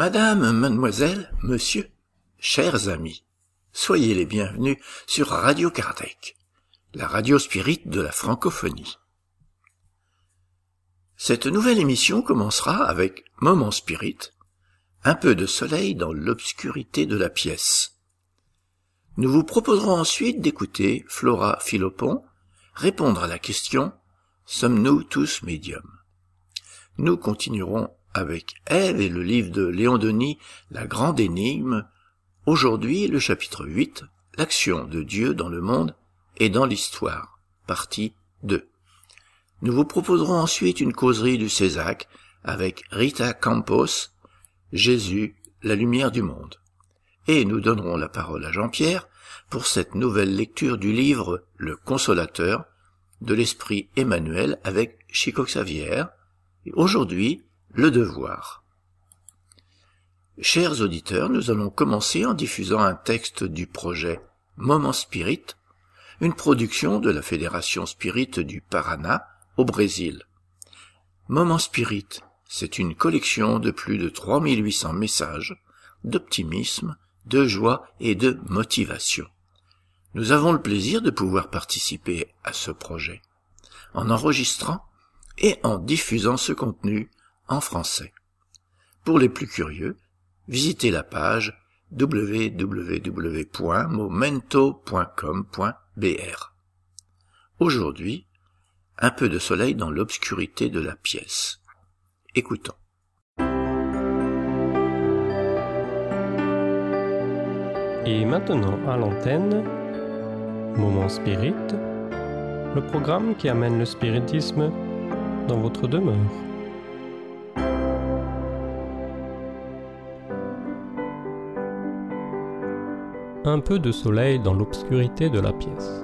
Madame, mademoiselle, monsieur, chers amis, soyez les bienvenus sur Radio Kardec, la radio spirit de la francophonie. Cette nouvelle émission commencera avec Moment Spirit, un peu de soleil dans l'obscurité de la pièce. Nous vous proposerons ensuite d'écouter Flora Philopon répondre à la question « Sommes-nous tous médiums ?» Nous continuerons avec Ève et le livre de Léon Denis, La Grande Énigme. Aujourd'hui, le chapitre 8, L'action de Dieu dans le monde et dans l'histoire, partie 2. Nous vous proposerons ensuite une causerie du Césac avec Rita Campos, Jésus, la lumière du monde. Et nous donnerons la parole à Jean-Pierre pour cette nouvelle lecture du livre Le Consolateur de l'Esprit Emmanuel avec Chico Xavier. Et aujourd'hui, le devoir. Chers auditeurs, nous allons commencer en diffusant un texte du projet Moment Spirit, une production de la Fédération Spirit du Paraná au Brésil. Moment Spirit, c'est une collection de plus de 3800 messages d'optimisme, de joie et de motivation. Nous avons le plaisir de pouvoir participer à ce projet, en enregistrant et en diffusant ce contenu en français. Pour les plus curieux, visitez la page www.momento.com.br. Aujourd'hui, un peu de soleil dans l'obscurité de la pièce. Écoutons. Et maintenant à l'antenne, Moment Spirit, le programme qui amène le spiritisme dans votre demeure. Un peu de soleil dans l'obscurité de la pièce.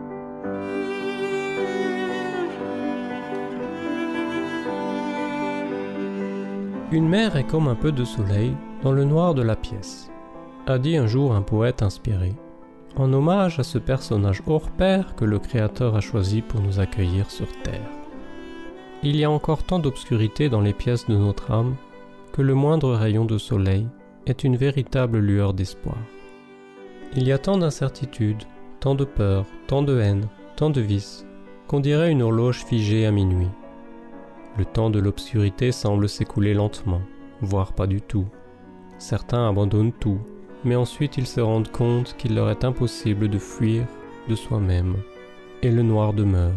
Une mer est comme un peu de soleil dans le noir de la pièce, a dit un jour un poète inspiré, en hommage à ce personnage hors pair que le Créateur a choisi pour nous accueillir sur terre. Il y a encore tant d'obscurité dans les pièces de notre âme que le moindre rayon de soleil est une véritable lueur d'espoir. Il y a tant d'incertitudes, tant de peur, tant de haine, tant de vices, qu'on dirait une horloge figée à minuit. Le temps de l'obscurité semble s'écouler lentement, voire pas du tout. Certains abandonnent tout, mais ensuite ils se rendent compte qu'il leur est impossible de fuir de soi-même, et le noir demeure.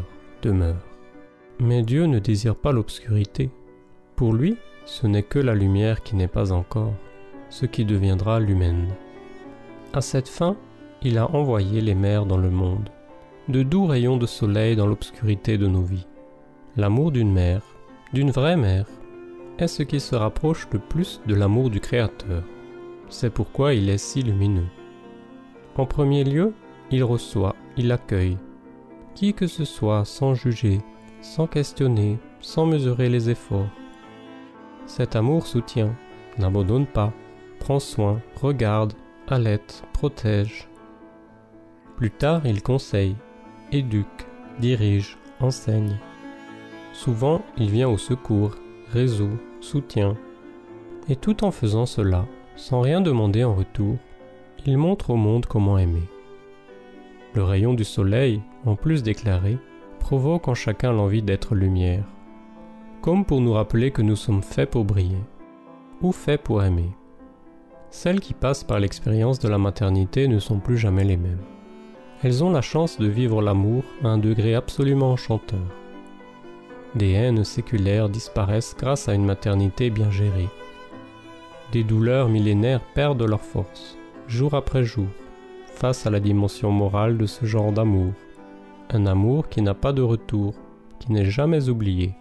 Mais Dieu ne désire pas l'obscurité. Pour lui, ce n'est que la lumière qui n'est pas encore, ce qui deviendra l'humaine. À cette fin, il a envoyé les mers dans le monde, de doux rayons de soleil dans l'obscurité de nos vies. L'amour d'une mère, d'une vraie mère, est ce qui se rapproche le plus de l'amour du Créateur. C'est pourquoi il est si lumineux. En premier lieu, il reçoit, il accueille, qui que ce soit sans juger, sans questionner, sans mesurer les efforts. Cet amour soutient, n'abandonne pas, prend soin, regarde, allaite, protège. Plus tard, il conseille, éduque, dirige, enseigne. Souvent, il vient au secours, résout, soutient. Et tout en faisant cela, sans rien demander en retour, il montre au monde comment aimer. Le rayon du soleil, en plus d'éclairer, provoque en chacun l'envie d'être lumière, comme pour nous rappeler que nous sommes faits pour briller, ou faits pour aimer. Celles qui passent par l'expérience de la maternité ne sont plus jamais les mêmes. Elles ont la chance de vivre l'amour à un degré absolument enchanteur. Des haines séculaires disparaissent grâce à une maternité bien gérée. Des douleurs millénaires perdent leur force, jour après jour, face à la dimension morale de ce genre d'amour. Un amour qui n'a pas de retour, qui n'est jamais oublié.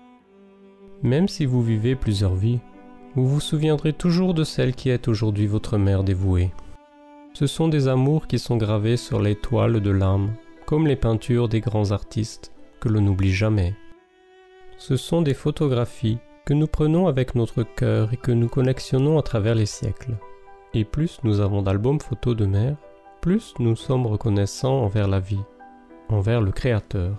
Même si vous vivez plusieurs vies, vous vous souviendrez toujours de celle qui est aujourd'hui votre mère dévouée. Ce sont des amours qui sont gravés sur les toiles de l'âme, comme les peintures des grands artistes, que l'on n'oublie jamais. Ce sont des photographies que nous prenons avec notre cœur et que nous collectionnons à travers les siècles. Et plus nous avons d'albums photos de mère, plus nous sommes reconnaissants envers la vie, envers le Créateur.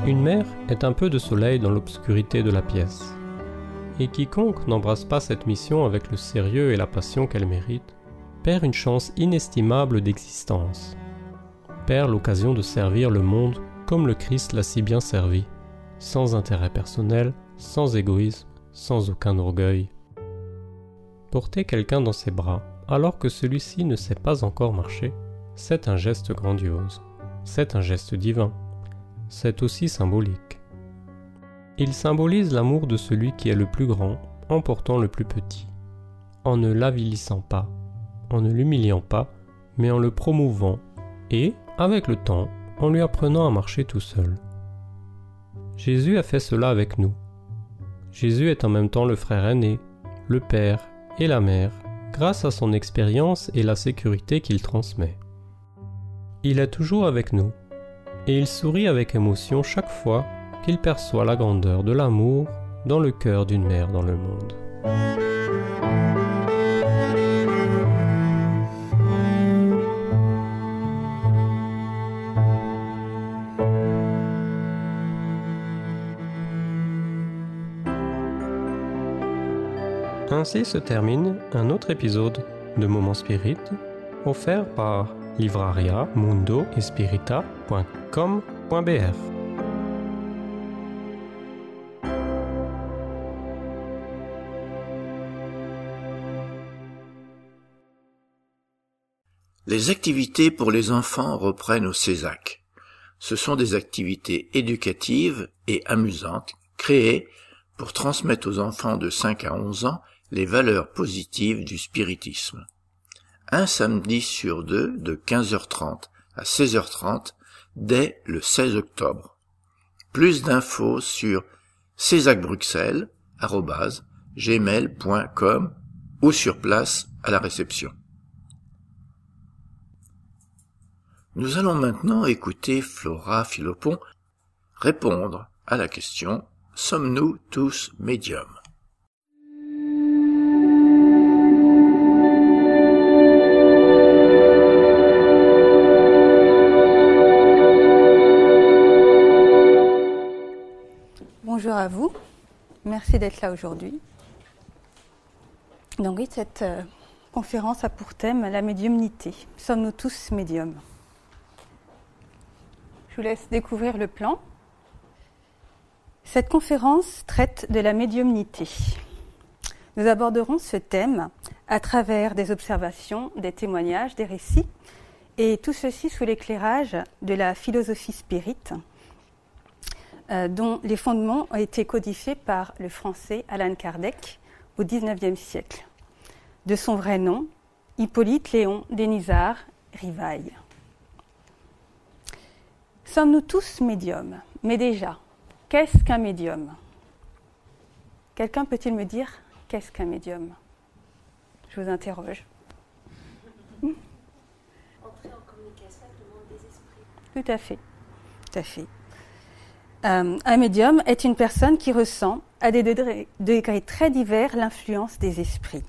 Une mère est un peu de soleil dans l'obscurité de la pièce. Et quiconque n'embrasse pas cette mission avec le sérieux et la passion qu'elle mérite, perd une chance inestimable d'existence, perd l'occasion de servir le monde comme le Christ l'a si bien servi, sans intérêt personnel, sans égoïsme, sans aucun orgueil. Porter quelqu'un dans ses bras, alors que celui-ci ne sait pas encore marcher, c'est un geste grandiose, c'est un geste divin, c'est aussi symbolique. Il symbolise l'amour de celui qui est le plus grand, en portant le plus petit, en ne l'avilissant pas, en ne l'humiliant pas, mais en le promouvant, et, avec le temps, en lui apprenant à marcher tout seul. Jésus a fait cela avec nous. Jésus est en même temps le frère aîné, le père et la mère, grâce à son expérience et la sécurité qu'il transmet. Il est toujours avec nous, et il sourit avec émotion chaque fois qu'il perçoit la grandeur de l'amour dans le cœur d'une mère dans le monde. Ainsi se termine un autre épisode de Moments Spirit, offert par livrariamundoespirita.com.br. Les activités pour les enfants reprennent au Césac. Ce sont des activités éducatives et amusantes créées pour transmettre aux enfants de 5 à 11 ans les valeurs positives du spiritisme. Un samedi sur deux de 15h30 à 16h30 dès le 16 octobre. Plus d'infos sur cesacbruxelles@gmail.com ou sur place à la réception. Nous allons maintenant écouter Flora Philopon répondre à la question « Sommes-nous tous médiums ?» Bonjour à vous, merci d'être là aujourd'hui. Donc oui, cette conférence a pour thème la médiumnité. Sommes-nous tous médiums ? Je vous laisse découvrir le plan. Cette conférence traite de la médiumnité. Nous aborderons ce thème à travers des observations, des témoignages, des récits, et tout ceci sous l'éclairage de la philosophie spirite, dont les fondements ont été codifiés par le français Allan Kardec au XIXe siècle. De son vrai nom, Hippolyte Léon Denisard Rivail. Sommes-nous tous médiums ? Mais déjà, qu'est-ce qu'un médium ? Quelqu'un peut-il me dire qu'est-ce qu'un médium ? Je vous interroge. Entrer en communication avec le monde des esprits. Tout à fait, tout à fait. Un médium est une personne qui ressent à des degrés très divers l'influence des esprits.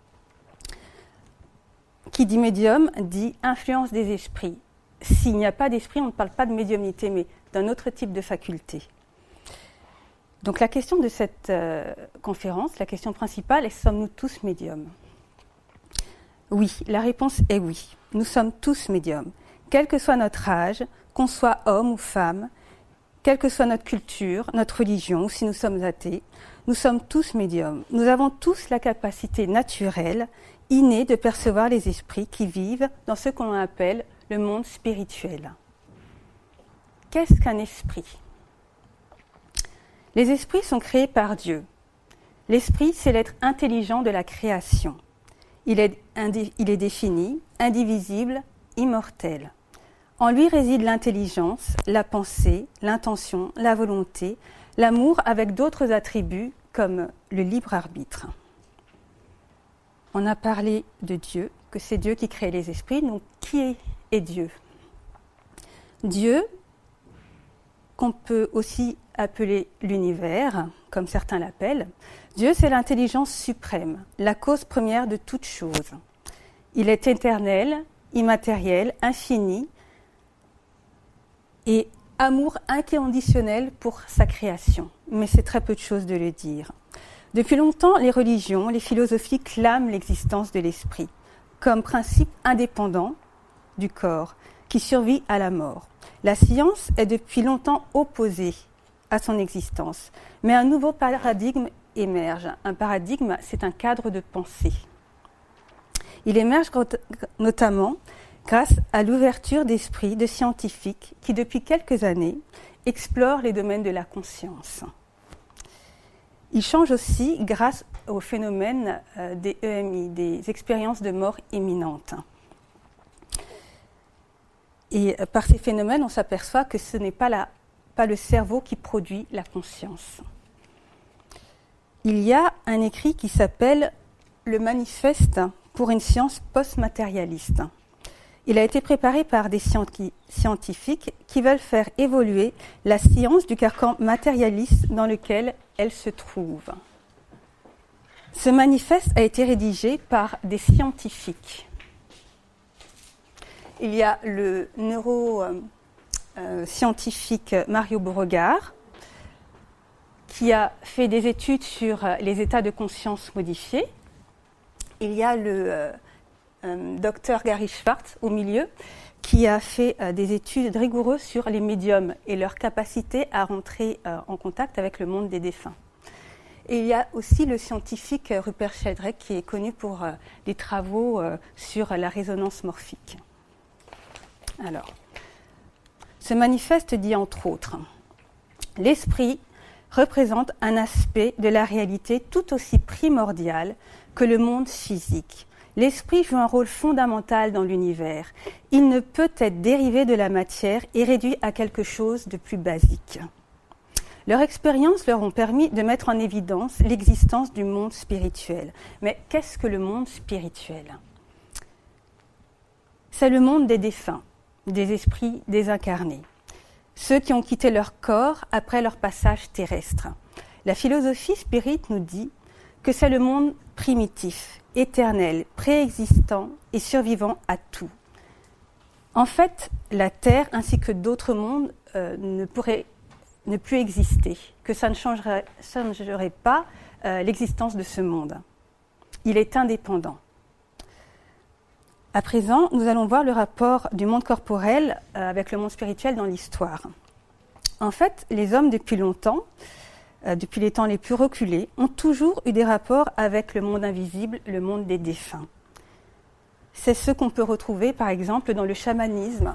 Qui dit médium dit influence des esprits. S'il n'y a pas d'esprit, on ne parle pas de médiumnité, mais d'un autre type de faculté. Donc la question de cette conférence, la question principale est « Sommes-nous tous médiums ?» Oui, la réponse est oui. Nous sommes tous médiums. Quel que soit notre âge, qu'on soit homme ou femme, quelle que soit notre culture, notre religion, ou si nous sommes athées, nous sommes tous médiums. Nous avons tous la capacité naturelle, innée, de percevoir les esprits qui vivent dans ce qu'on appelle le monde spirituel. Qu'est-ce qu'un esprit ? Les esprits sont créés par Dieu. L'esprit, c'est l'être intelligent de la création. Il est défini, indivisible, immortel. En lui réside l'intelligence, la pensée, l'intention, la volonté, l'amour avec d'autres attributs comme le libre arbitre. On a parlé de Dieu, que c'est Dieu qui crée les esprits. Donc qui est Dieu ? Dieu, qu'on peut aussi appeler l'univers, comme certains l'appellent. Dieu, c'est l'intelligence suprême, la cause première de toute chose. Il est éternel, immatériel, infini, et amour inconditionnel pour sa création. Mais c'est très peu de choses de le dire. Depuis longtemps, les religions, les philosophies clament l'existence de l'esprit comme principe indépendant du corps qui survit à la mort. La science est depuis longtemps opposée à son existence, mais un nouveau paradigme émerge. Un paradigme, c'est un cadre de pensée. Il émerge notamment grâce à l'ouverture d'esprit de scientifiques qui, depuis quelques années, explorent les domaines de la conscience. Il change aussi grâce au phénomène des EMI, des expériences de mort imminente. Et par ces phénomènes, on s'aperçoit que ce n'est pas le cerveau qui produit la conscience. Il y a un écrit qui s'appelle « Le manifeste pour une science post-matérialiste ». Il a été préparé par des scientifiques qui veulent faire évoluer la science du carcan matérialiste dans lequel elle se trouve. Ce manifeste a été rédigé par des scientifiques. Il y a le neuroscientifique Mario Beauregard, qui a fait des études sur les états de conscience modifiés. Il y a le docteur Gary Schwartz au milieu, qui a fait des études rigoureuses sur les médiums et leur capacité à rentrer en contact avec le monde des défunts. Et il y a aussi le scientifique Rupert Sheldrake, qui est connu pour des travaux sur la résonance morphique. Alors, ce manifeste dit entre autres « L'esprit représente un aspect de la réalité tout aussi primordial que le monde physique. L'esprit joue un rôle fondamental dans l'univers. Il ne peut être dérivé de la matière et réduit à quelque chose de plus basique. Leurs expériences leur ont permis de mettre en évidence l'existence du monde spirituel. Mais qu'est-ce que le monde spirituel ? C'est le monde des défunts, des esprits désincarnés, ceux qui ont quitté leur corps après leur passage terrestre. La philosophie spirit nous dit que c'est le monde primitif, éternel, préexistant et survivant à tout. En fait, la Terre ainsi que d'autres mondes ne pourraient ne plus exister, que ça ne changerait pas l'existence de ce monde. Il est indépendant. À présent, nous allons voir le rapport du monde corporel avec le monde spirituel dans l'histoire. En fait, les hommes depuis longtemps, depuis les temps les plus reculés, ont toujours eu des rapports avec le monde invisible, le monde des défunts. C'est ce qu'on peut retrouver par exemple dans le chamanisme.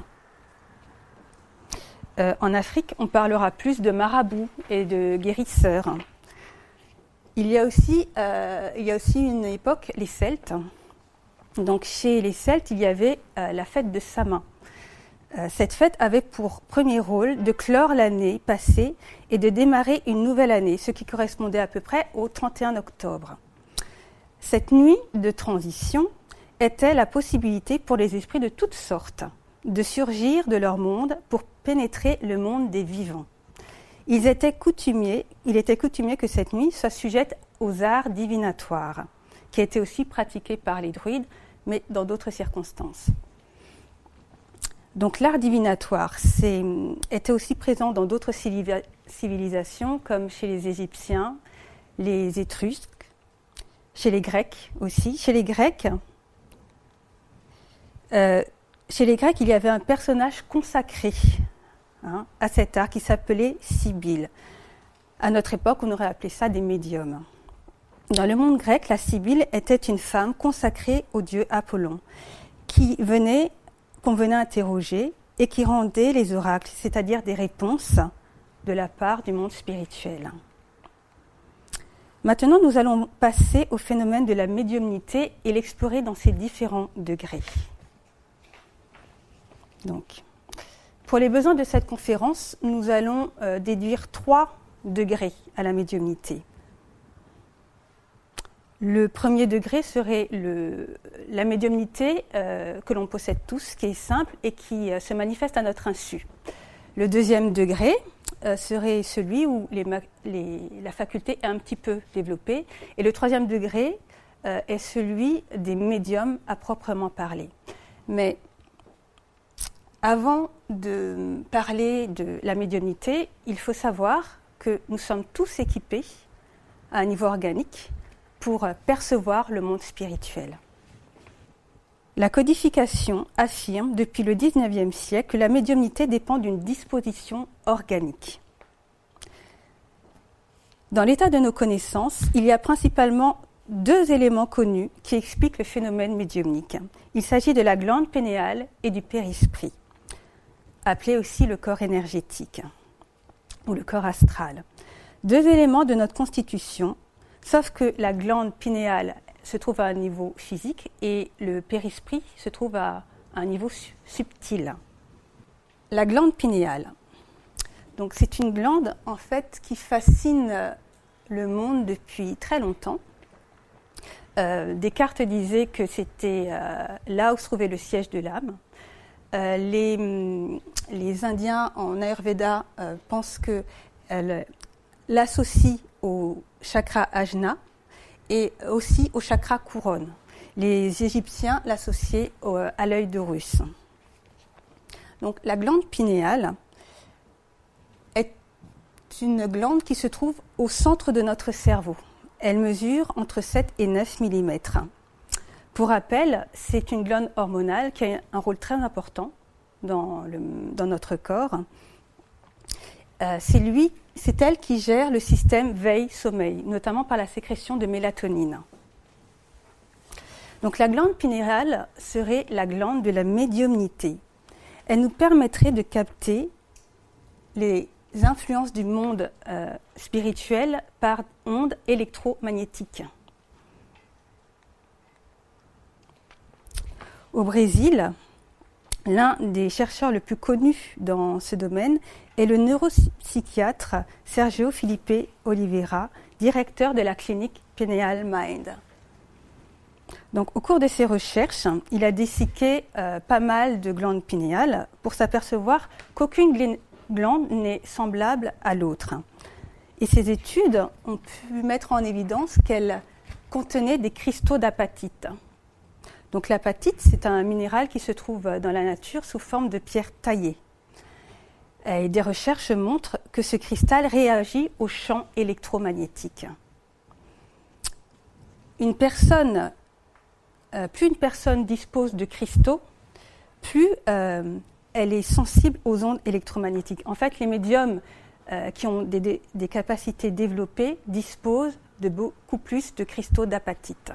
En Afrique, on parlera plus de marabouts et de guérisseurs. Il y a aussi une époque, les Celtes. Donc chez les Celtes, il y avait la fête de Samin. Cette fête avait pour premier rôle de clore l'année passée et de démarrer une nouvelle année, ce qui correspondait à peu près au 31 octobre. Cette nuit de transition était la possibilité pour les esprits de toutes sortes de surgir de leur monde pour pénétrer le monde des vivants. Il était coutumier que cette nuit soit sujette aux arts divinatoires, qui étaient aussi pratiqués par les druides, mais dans d'autres circonstances. Donc l'art divinatoire était aussi présent dans d'autres civilisations, comme chez les Égyptiens, les Étrusques, chez les Grecs aussi. Chez les Grecs, il y avait un personnage consacré à cet art qui s'appelait Sibylle. À notre époque, on aurait appelé ça des médiums. Dans le monde grec, la Sibylle était une femme consacrée au dieu Apollon, qu'on venait interroger et qui rendait les oracles, c'est-à-dire des réponses de la part du monde spirituel. Maintenant, nous allons passer au phénomène de la médiumnité et l'explorer dans ses différents degrés. Donc, pour les besoins de cette conférence, nous allons déduire 3 degrés à la médiumnité. Le premier degré serait la médiumnité que l'on possède tous, qui est simple et qui se manifeste à notre insu. Le deuxième degré serait celui où la faculté est un petit peu développée. Et le troisième degré est celui des médiums à proprement parler. Mais Avant de parler de la médiumnité, il faut savoir que nous sommes tous équipés à un niveau organique pour percevoir le monde spirituel. La codification affirme depuis le XIXe siècle que la médiumnité dépend d'une disposition organique. Dans l'état de nos connaissances, il y a principalement 2 éléments connus qui expliquent le phénomène médiumnique. Il s'agit de la glande pénéale et du périsprit, appelé aussi le corps énergétique ou le corps astral. 2 éléments de notre constitution, sauf que la glande pinéale se trouve à un niveau physique et le périsprit se trouve à un niveau subtil. La glande pinéale. Donc c'est une glande en fait qui fascine le monde depuis très longtemps. Descartes disait que c'était là où se trouvait le siège de l'âme. Les Indiens en Ayurveda pensent qu'elle l'associe au chakra ajna et aussi au chakra couronne. Les Égyptiens l'associaient à l'œil d'Horus. Donc la glande pinéale est une glande qui se trouve au centre de notre cerveau. Elle mesure entre 7 et 9 mm. Pour rappel, c'est une glande hormonale qui a un rôle très important dans notre corps. C'est elle qui gère le système veille-sommeil, notamment par la sécrétion de mélatonine. Donc la glande pinéale serait la glande de la médiumnité. Elle nous permettrait de capter les influences du monde spirituel par ondes électromagnétiques. Au Brésil, l'un des chercheurs les plus connus dans ce domaine est le neuropsychiatre Sergio Felipe Oliveira, directeur de la clinique Pineal Mind. Donc, au cours de ses recherches, il a disséqué pas mal de glandes pinéales pour s'apercevoir qu'aucune glande n'est semblable à l'autre. Et ces études ont pu mettre en évidence qu'elles contenaient des cristaux d'apatite. Donc l'apatite, c'est un minéral qui se trouve dans la nature sous forme de pierres taillées. Et des recherches montrent que ce cristal réagit au champ électromagnétique. Plus une personne dispose de cristaux, plus elle est sensible aux ondes électromagnétiques. En fait, les médiums qui ont des capacités développées disposent de beaucoup plus de cristaux d'apatite.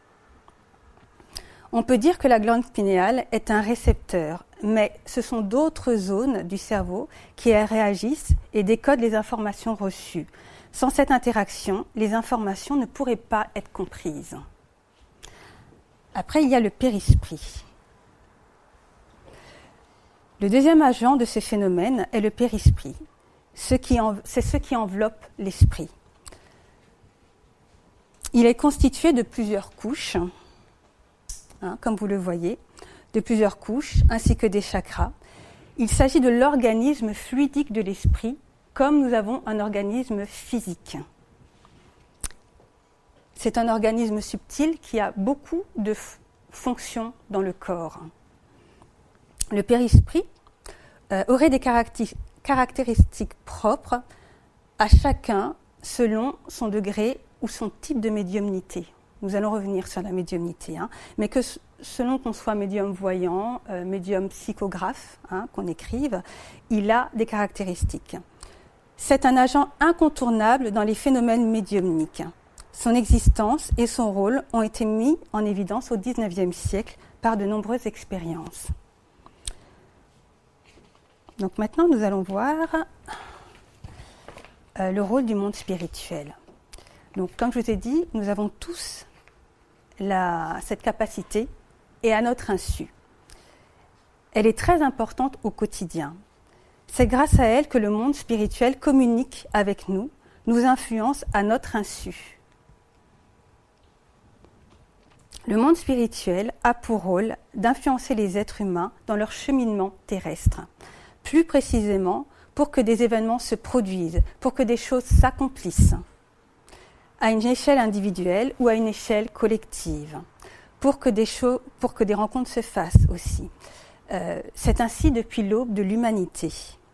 On peut dire que la glande pinéale est un récepteur, mais ce sont d'autres zones du cerveau qui réagissent et décodent les informations reçues. Sans cette interaction, les informations ne pourraient pas être comprises. Après, il y a le périsprit. Le deuxième agent de ce phénomène est le périsprit. C'est ce qui enveloppe l'esprit. Il est constitué de plusieurs couches, comme vous le voyez, de plusieurs couches, ainsi que des chakras. Il s'agit de l'organisme fluidique de l'esprit, comme nous avons un organisme physique. C'est un organisme subtil qui a beaucoup de fonctions dans le corps. Le périsprit aurait des caractéristiques propres à chacun selon son degré ou son type de médiumnité. Nous allons revenir sur la médiumnité, mais que selon qu'on soit médium voyant, médium psychographe, qu'on écrive, il a des caractéristiques. C'est un agent incontournable dans les phénomènes médiumniques. Son existence et son rôle ont été mis en évidence au XIXe siècle par de nombreuses expériences. Donc maintenant, nous allons voir le rôle du monde spirituel. Donc, comme je vous ai dit, nous avons tous cette capacité et à notre insu. Elle est très importante au quotidien. C'est grâce à elle que le monde spirituel communique avec nous, nous influence à notre insu. Le monde spirituel a pour rôle d'influencer les êtres humains dans leur cheminement terrestre. Plus précisément, pour que des événements se produisent, pour que des choses s'accomplissent, à une échelle individuelle ou à une échelle collective, pour que des rencontres se fassent aussi. C'est ainsi depuis l'aube de l'humanité.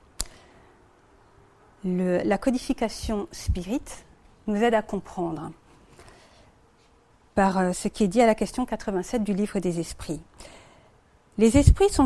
La codification spirit nous aide à comprendre par ce qui est dit à la question 87 du livre des esprits. Les esprits sont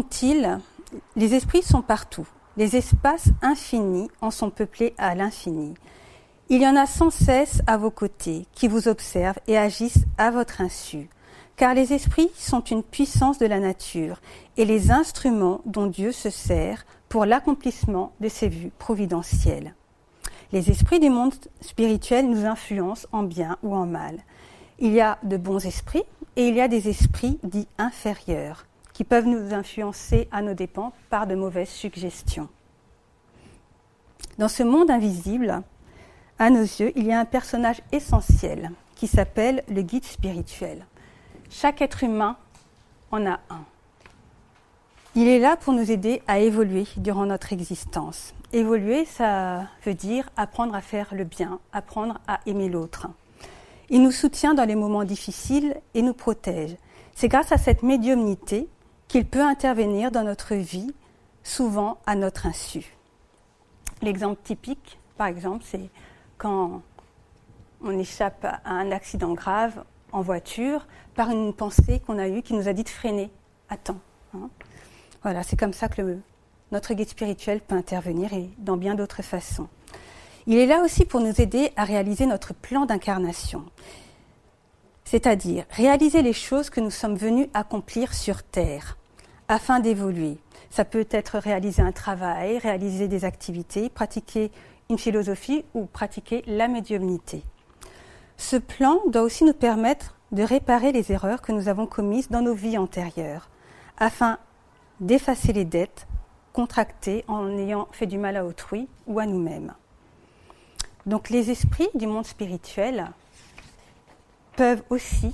partout. Les espaces infinis en sont peuplés à l'infini. Il y en a sans cesse à vos côtés, qui vous observent et agissent à votre insu. Car les esprits sont une puissance de la nature et les instruments dont Dieu se sert pour l'accomplissement de ses vues providentielles. Les esprits du monde spirituel nous influencent en bien ou en mal. Il y a de bons esprits et il y a des esprits dits inférieurs qui peuvent nous influencer à nos dépens par de mauvaises suggestions. Dans ce monde invisible, à nos yeux, il y a un personnage essentiel qui s'appelle le guide spirituel. Chaque être humain en a un. Il est là pour nous aider à évoluer durant notre existence. Évoluer, ça veut dire apprendre à faire le bien, apprendre à aimer l'autre. Il nous soutient dans les moments difficiles et nous protège. C'est grâce à cette médiumnité qu'il peut intervenir dans notre vie, souvent à notre insu. L'exemple typique, par exemple, c'est quand on échappe à un accident grave en voiture par une pensée qu'on a eue qui nous a dit de freiner à temps. Voilà, c'est comme ça que notre guide spirituel peut intervenir et dans bien d'autres façons. Il est là aussi pour nous aider à réaliser notre plan d'incarnation, c'est-à-dire réaliser les choses que nous sommes venus accomplir sur Terre afin d'évoluer. Ça peut être réaliser un travail, réaliser des activités, pratiquer une philosophie ou pratiquer la médiumnité. Ce plan doit aussi nous permettre de réparer les erreurs que nous avons commises dans nos vies antérieures, afin d'effacer les dettes contractées en ayant fait du mal à autrui ou à nous-mêmes. Donc les esprits du monde spirituel peuvent aussi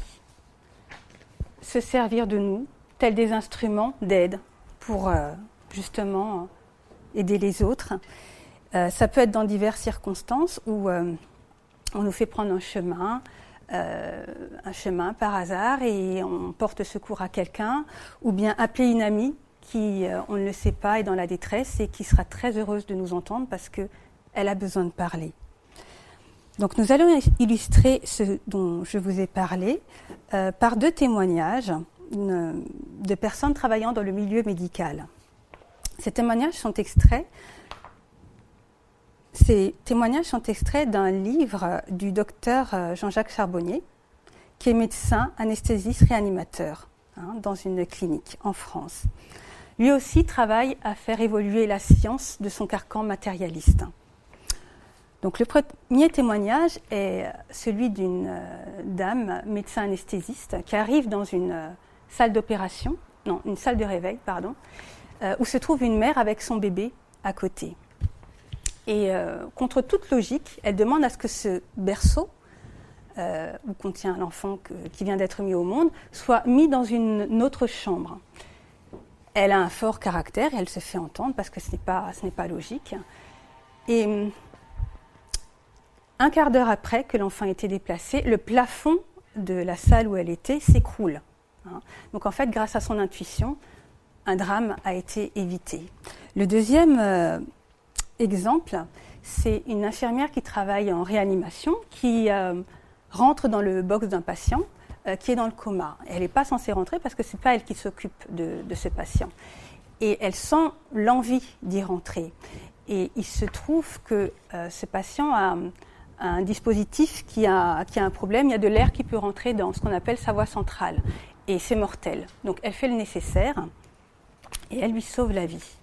se servir de nous, tels des instruments d'aide pour justement aider les autres. Ça peut être dans diverses circonstances où on nous fait prendre un chemin par hasard et on porte secours à quelqu'un, ou bien appeler une amie qui, on ne le sait pas, est dans la détresse et qui sera très heureuse de nous entendre parce qu'elle a besoin de parler. Donc nous allons illustrer ce dont je vous ai parlé par deux témoignages de personnes travaillant dans le milieu médical. Ces témoignages sont extraits d'un livre du docteur Jean-Jacques Charbonnier, qui est médecin, anesthésiste, réanimateur dans une clinique en France. Lui aussi travaille à faire évoluer la science de son carcan matérialiste. Donc le premier témoignage est celui d'une dame, médecin anesthésiste, qui arrive dans une salle de réveil, où se trouve une mère avec son bébé à côté. Et contre toute logique, elle demande à ce que ce berceau, où contient l'enfant qui vient d'être mis au monde, soit mis dans une autre chambre. Elle a un fort caractère et elle se fait entendre parce que ce n'est pas logique. Et un quart d'heure après que l'enfant a été déplacé, le plafond de la salle où elle était s'écroule. Donc en fait, grâce à son intuition, un drame a été évité. Le deuxième exemple, c'est une infirmière qui travaille en réanimation, qui rentre dans le box d'un patient qui est dans le coma. Elle n'est pas censée rentrer parce que ce n'est pas elle qui s'occupe de ce patient. Et elle sent l'envie d'y rentrer. Et il se trouve que ce patient a un dispositif qui a un problème. Il y a de l'air qui peut rentrer dans ce qu'on appelle sa voie centrale. Et c'est mortel. Donc elle fait le nécessaire et elle lui sauve la vie.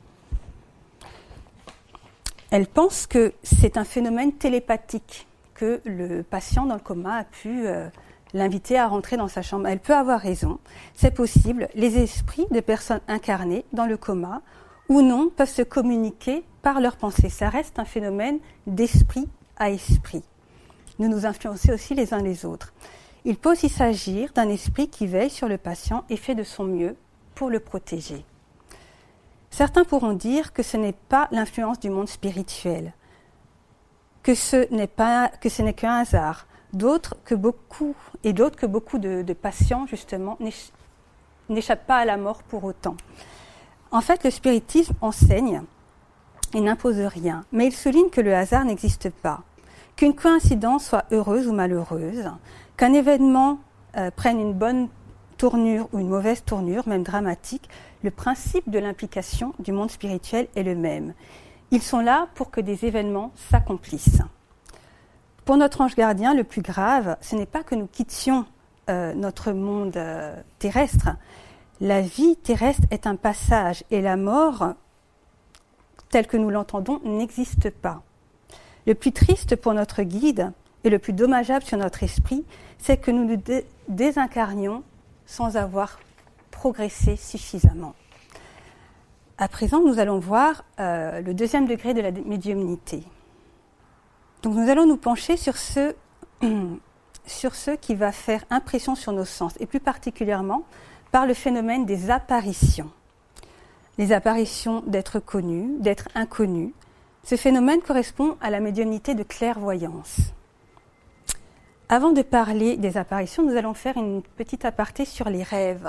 Elle pense que c'est un phénomène télépathique, que le patient dans le coma a pu l'inviter à rentrer dans sa chambre. Elle peut avoir raison, c'est possible. Les esprits de personnes incarnées dans le coma ou non peuvent se communiquer par leurs pensées. Ça reste un phénomène d'esprit à esprit. Nous nous influençons aussi les uns les autres. Il peut aussi s'agir d'un esprit qui veille sur le patient et fait de son mieux pour le protéger. Certains pourront dire que ce n'est pas l'influence du monde spirituel, que ce n'est qu'un hasard. D'autres que beaucoup de patients, justement, n'échappent pas à la mort pour autant. En fait, le spiritisme enseigne et n'impose rien, mais il souligne que le hasard n'existe pas, qu'une coïncidence soit heureuse ou malheureuse, qu'un événement prenne une bonne tournure ou une mauvaise tournure, même dramatique, le principe de l'implication du monde spirituel est le même. Ils sont là pour que des événements s'accomplissent. Pour notre ange gardien, le plus grave, ce n'est pas que nous quittions notre monde terrestre. La vie terrestre est un passage et la mort, telle que nous l'entendons, n'existe pas. Le plus triste pour notre guide et le plus dommageable sur notre esprit, c'est que nous nous désincarnions sans avoir progressé suffisamment. À présent, nous allons voir le deuxième degré de la médiumnité. Donc nous allons nous pencher sur ce qui va faire impression sur nos sens, et plus particulièrement par le phénomène des apparitions. Les apparitions d'êtres connus, d'êtres inconnus. Ce phénomène correspond à la médiumnité de clairvoyance. Avant de parler des apparitions, nous allons faire une petite aparté sur les rêves.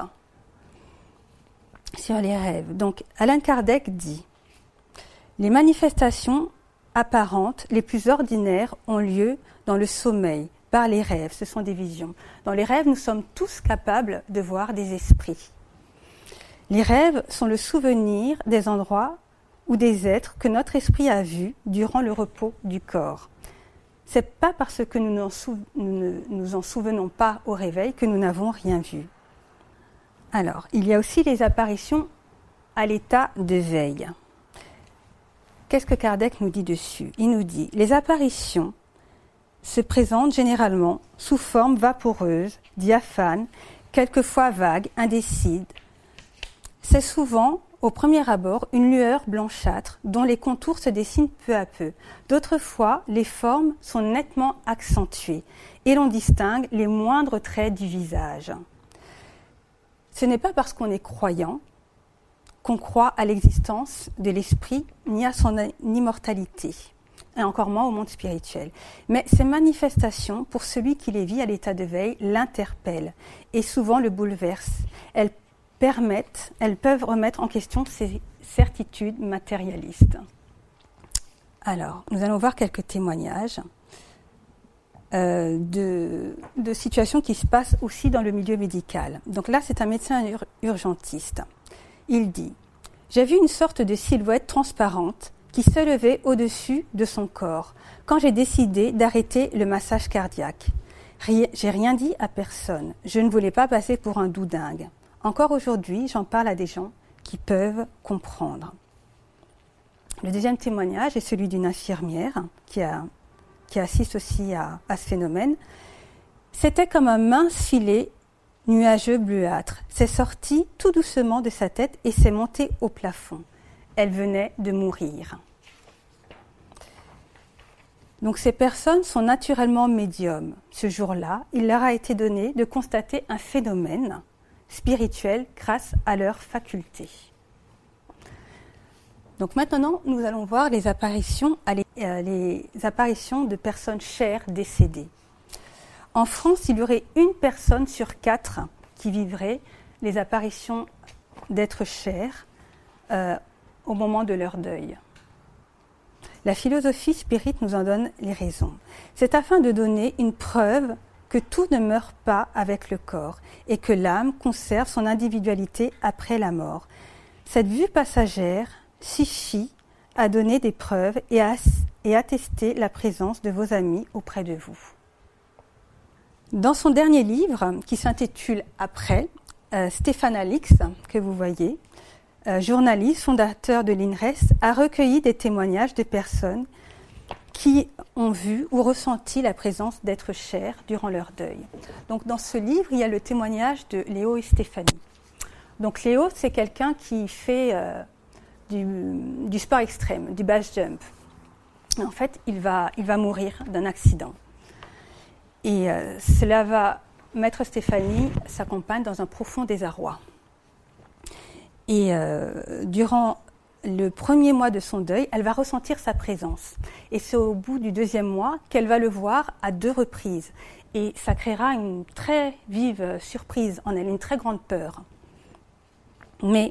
Sur les rêves. Donc, Allan Kardec dit « Les manifestations apparentes les plus ordinaires ont lieu dans le sommeil, par les rêves, ce sont des visions. Dans les rêves, nous sommes tous capables de voir des esprits. Les rêves sont le souvenir des endroits ou des êtres que notre esprit a vus durant le repos du corps. C'est pas parce que nous ne nous en souvenons pas au réveil que nous n'avons rien vu. Alors, il y a aussi les apparitions à l'état de veille. Qu'est-ce que Kardec nous dit dessus? Il nous dit « Les apparitions se présentent généralement sous forme vaporeuse, diaphane, quelquefois vague, indécide. C'est souvent, au premier abord, une lueur blanchâtre dont les contours se dessinent peu à peu. D'autres fois, les formes sont nettement accentuées et l'on distingue les moindres traits du visage. Ce n'est pas parce qu'on est croyant qu'on croit à l'existence de l'esprit ni à son immortalité, et encore moins au monde spirituel. Mais ces manifestations, pour celui qui les vit à l'état de veille, l'interpellent et souvent le bouleversent. Elles peuvent remettre en question ses certitudes matérialistes. Alors, nous allons voir quelques témoignages de situations qui se passent aussi dans le milieu médical. Donc là, c'est un médecin urgentiste. Il dit « J'ai vu une sorte de silhouette transparente qui s'élevait au-dessus de son corps quand j'ai décidé d'arrêter le massage cardiaque. J'ai rien dit à personne. Je ne voulais pas passer pour un doudingue. Encore aujourd'hui, j'en parle à des gens qui peuvent comprendre. » Le deuxième témoignage est celui d'une infirmière qui assiste aussi à ce phénomène. C'était comme un mince filet nuageux bleuâtre. C'est sorti tout doucement de sa tête et s'est monté au plafond. Elle venait de mourir. Donc ces personnes sont naturellement médiums. Ce jour-là, il leur a été donné de constater un phénomène spirituel grâce à leurs facultés. Donc maintenant, nous allons voir les apparitions de personnes chères décédées. En France, il y aurait une personne sur 4 qui vivrait les apparitions d'êtres chers au moment de leur deuil. La philosophie spirite nous en donne les raisons. C'est afin de donner une preuve que tout ne meurt pas avec le corps et que l'âme conserve son individualité après la mort. Cette vue passagère suffit à donner des preuves et attester la présence de vos amis auprès de vous. Dans son dernier livre, qui s'intitule « Après », Stéphane Alix, que vous voyez, journaliste, fondateur de l'INRES, a recueilli des témoignages de personnes qui ont vu ou ressenti la présence d'êtres chers durant leur deuil. Donc dans ce livre, il y a le témoignage de Léo et Stéphanie. Donc Léo, c'est quelqu'un qui fait du sport extrême, du base jump. En fait, il va mourir d'un accident. Et cela va mettre Stéphanie, sa compagne, dans un profond désarroi. Et durant le premier mois de son deuil, elle va ressentir sa présence. Et c'est au bout du deuxième mois qu'elle va le voir à 2 reprises. Et ça créera une très vive surprise en elle, une très grande peur. Mais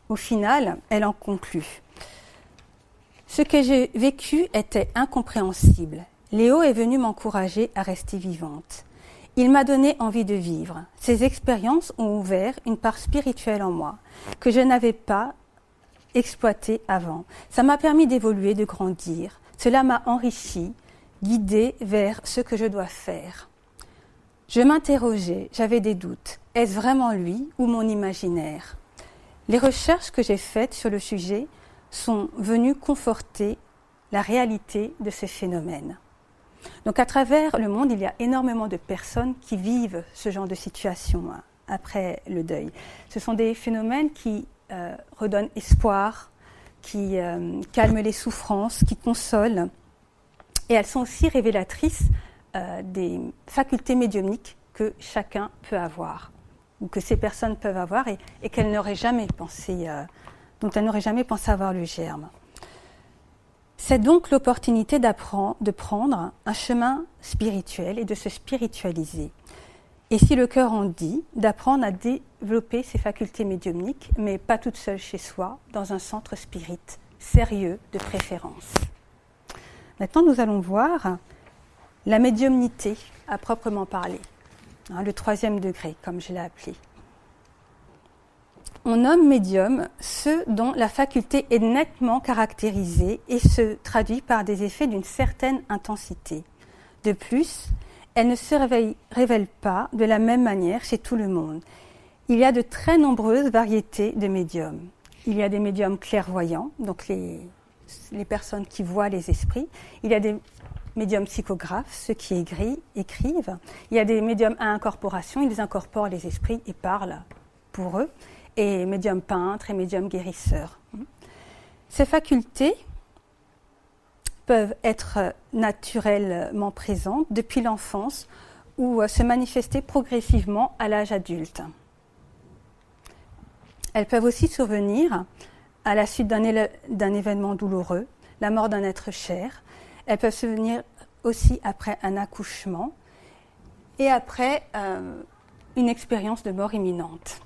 Au final, elle en conclut. Ce que j'ai vécu était incompréhensible. Léo est venu m'encourager à rester vivante. Il m'a donné envie de vivre. Ces expériences ont ouvert une part spirituelle en moi que je n'avais pas exploitée avant. Ça m'a permis d'évoluer, de grandir. Cela m'a enrichi, guidée vers ce que je dois faire. Je m'interrogeais, j'avais des doutes. Est-ce vraiment lui ou mon imaginaire ? Les recherches que j'ai faites sur le sujet sont venues conforter la réalité de ces phénomènes. Donc à travers le monde, il y a énormément de personnes qui vivent ce genre de situation après le deuil. Ce sont des phénomènes qui redonnent espoir, qui calment les souffrances, qui consolent. Et elles sont aussi révélatrices des facultés médiumniques que chacun peut avoir, ou que ces personnes peuvent avoir et qu'elles n'auraient jamais pensé, dont elles n'auraient jamais pensé avoir le germe. C'est donc l'opportunité de prendre un chemin spirituel et de se spiritualiser. Et si le cœur en dit, d'apprendre à développer ses facultés médiumniques, mais pas toute seule chez soi, dans un centre spirit, sérieux de préférence. Maintenant, nous allons voir la médiumnité à proprement parler, le 3e degré, comme je l'ai appelé. On nomme médium ceux dont la faculté est nettement caractérisée et se traduit par des effets d'une certaine intensité. De plus, elle ne se révèle pas de la même manière chez tout le monde. Il y a de très nombreuses variétés de médiums. Il y a des médiums clairvoyants, donc les personnes qui voient les esprits. Il y a des médiums psychographes, ceux qui écrivent. Il y a des médiums à incorporation, ils incorporent les esprits et parlent pour eux. Et médium peintre et médium guérisseur. Ces facultés peuvent être naturellement présentes depuis l'enfance ou se manifester progressivement à l'âge adulte. Elles peuvent aussi survenir à la suite d'un événement douloureux, la mort d'un être cher. Elles peuvent survenir aussi après un accouchement et après une expérience de mort imminente.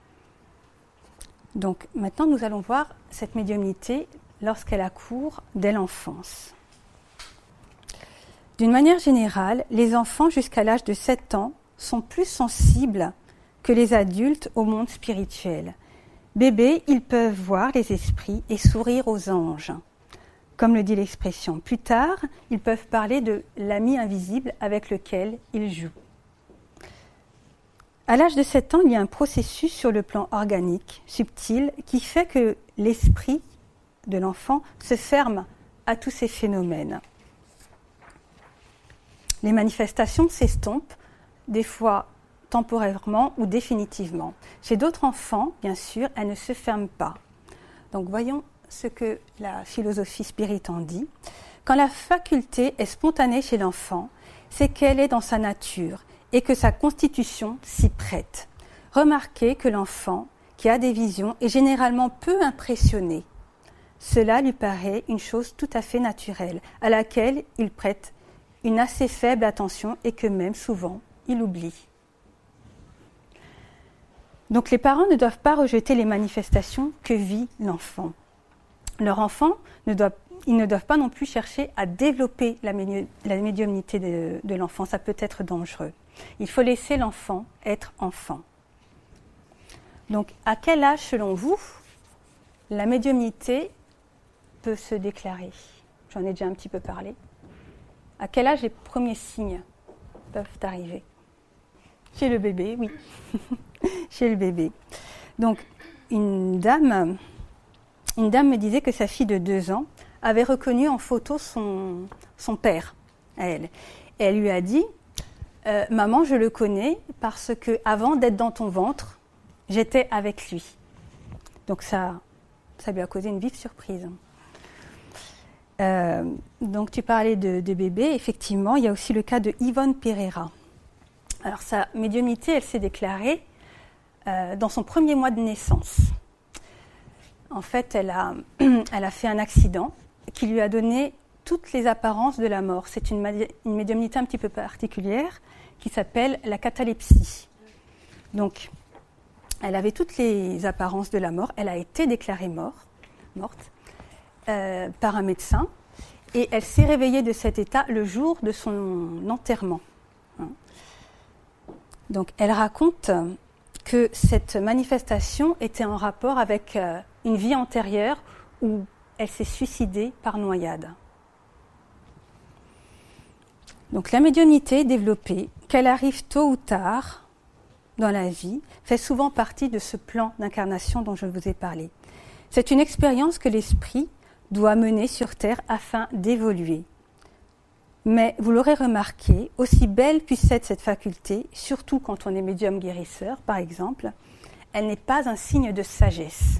Donc maintenant, nous allons voir cette médiumnité lorsqu'elle accourt dès l'enfance. D'une manière générale, les enfants jusqu'à l'âge de 7 ans sont plus sensibles que les adultes au monde spirituel. Bébés, ils peuvent voir les esprits et sourire aux anges, comme le dit l'expression. Plus tard, ils peuvent parler de l'ami invisible avec lequel ils jouent. À l'âge de 7 ans, il y a un processus sur le plan organique, subtil, qui fait que l'esprit de l'enfant se ferme à tous ces phénomènes. Les manifestations s'estompent, des fois temporairement ou définitivement. Chez d'autres enfants, bien sûr, elles ne se ferment pas. Donc voyons ce que la philosophie spirit en dit. Quand la faculté est spontanée chez l'enfant, c'est qu'elle est dans sa nature et que sa constitution s'y prête. Remarquez que l'enfant qui a des visions est généralement peu impressionné. Cela lui paraît une chose tout à fait naturelle, à laquelle il prête une assez faible attention et que même souvent il oublie. Donc les parents ne doivent pas rejeter les manifestations que vit l'enfant. Leur enfant ils ne doivent pas non plus chercher à développer la médiumnité de l'enfant, ça peut être dangereux. Il faut laisser l'enfant être enfant. Donc, à quel âge, selon vous, la médiumnité peut se déclarer ? J'en ai déjà un petit peu parlé. À quel âge les premiers signes peuvent arriver ? Chez le bébé, oui. Chez le bébé. Donc, une dame me disait que sa fille de 2 ans avait reconnu en photo son père, à elle. Et elle lui a dit « Maman, je le connais parce que avant d'être dans ton ventre, j'étais avec lui. » Donc ça lui a causé une vive surprise. Donc tu parlais de bébé, effectivement, il y a aussi le cas de Yvonne Pereira. Alors sa médiumnité, elle s'est déclarée dans son premier mois de naissance. En fait, elle a fait un accident qui lui a donné toutes les apparences de la mort. C'est une médiumnité un petit peu particulière qui s'appelle la catalepsie. Donc, Elle avait toutes les apparences de la mort. Elle a été déclarée morte, par un médecin. Et elle s'est réveillée de cet état le jour de son enterrement. Donc elle raconte que cette manifestation était en rapport avec une vie antérieure où elle s'est suicidée par noyade. Donc la médiumnité développée, qu'elle arrive tôt ou tard dans la vie, fait souvent partie de ce plan d'incarnation dont je vous ai parlé. C'est une expérience que l'esprit doit mener sur Terre afin d'évoluer. Mais vous l'aurez remarqué, aussi belle puisse être cette faculté, surtout quand on est médium guérisseur par exemple, elle n'est pas un signe de sagesse.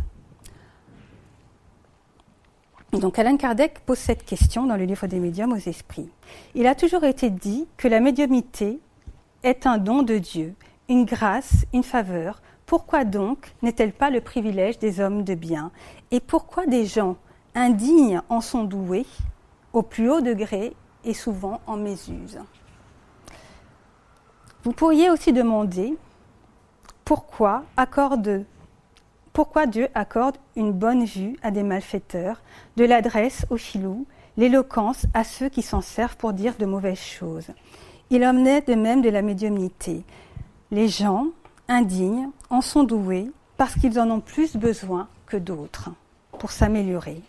Donc Allan Kardec pose cette question dans le livre des médiums aux esprits. Il a toujours été dit que la médiumnité est un don de Dieu, une grâce, une faveur. Pourquoi donc n'est-elle pas le privilège des hommes de bien? Et pourquoi des gens indignes en sont doués au plus haut degré et souvent en mésuse? Vous pourriez aussi demander pourquoi Dieu accorde une bonne vue à des malfaiteurs, de l'adresse aux filous, l'éloquence à ceux qui s'en servent pour dire de mauvaises choses. Il en est de même de la médiumnité. Les gens indignes en sont doués parce qu'ils en ont plus besoin que d'autres pour s'améliorer.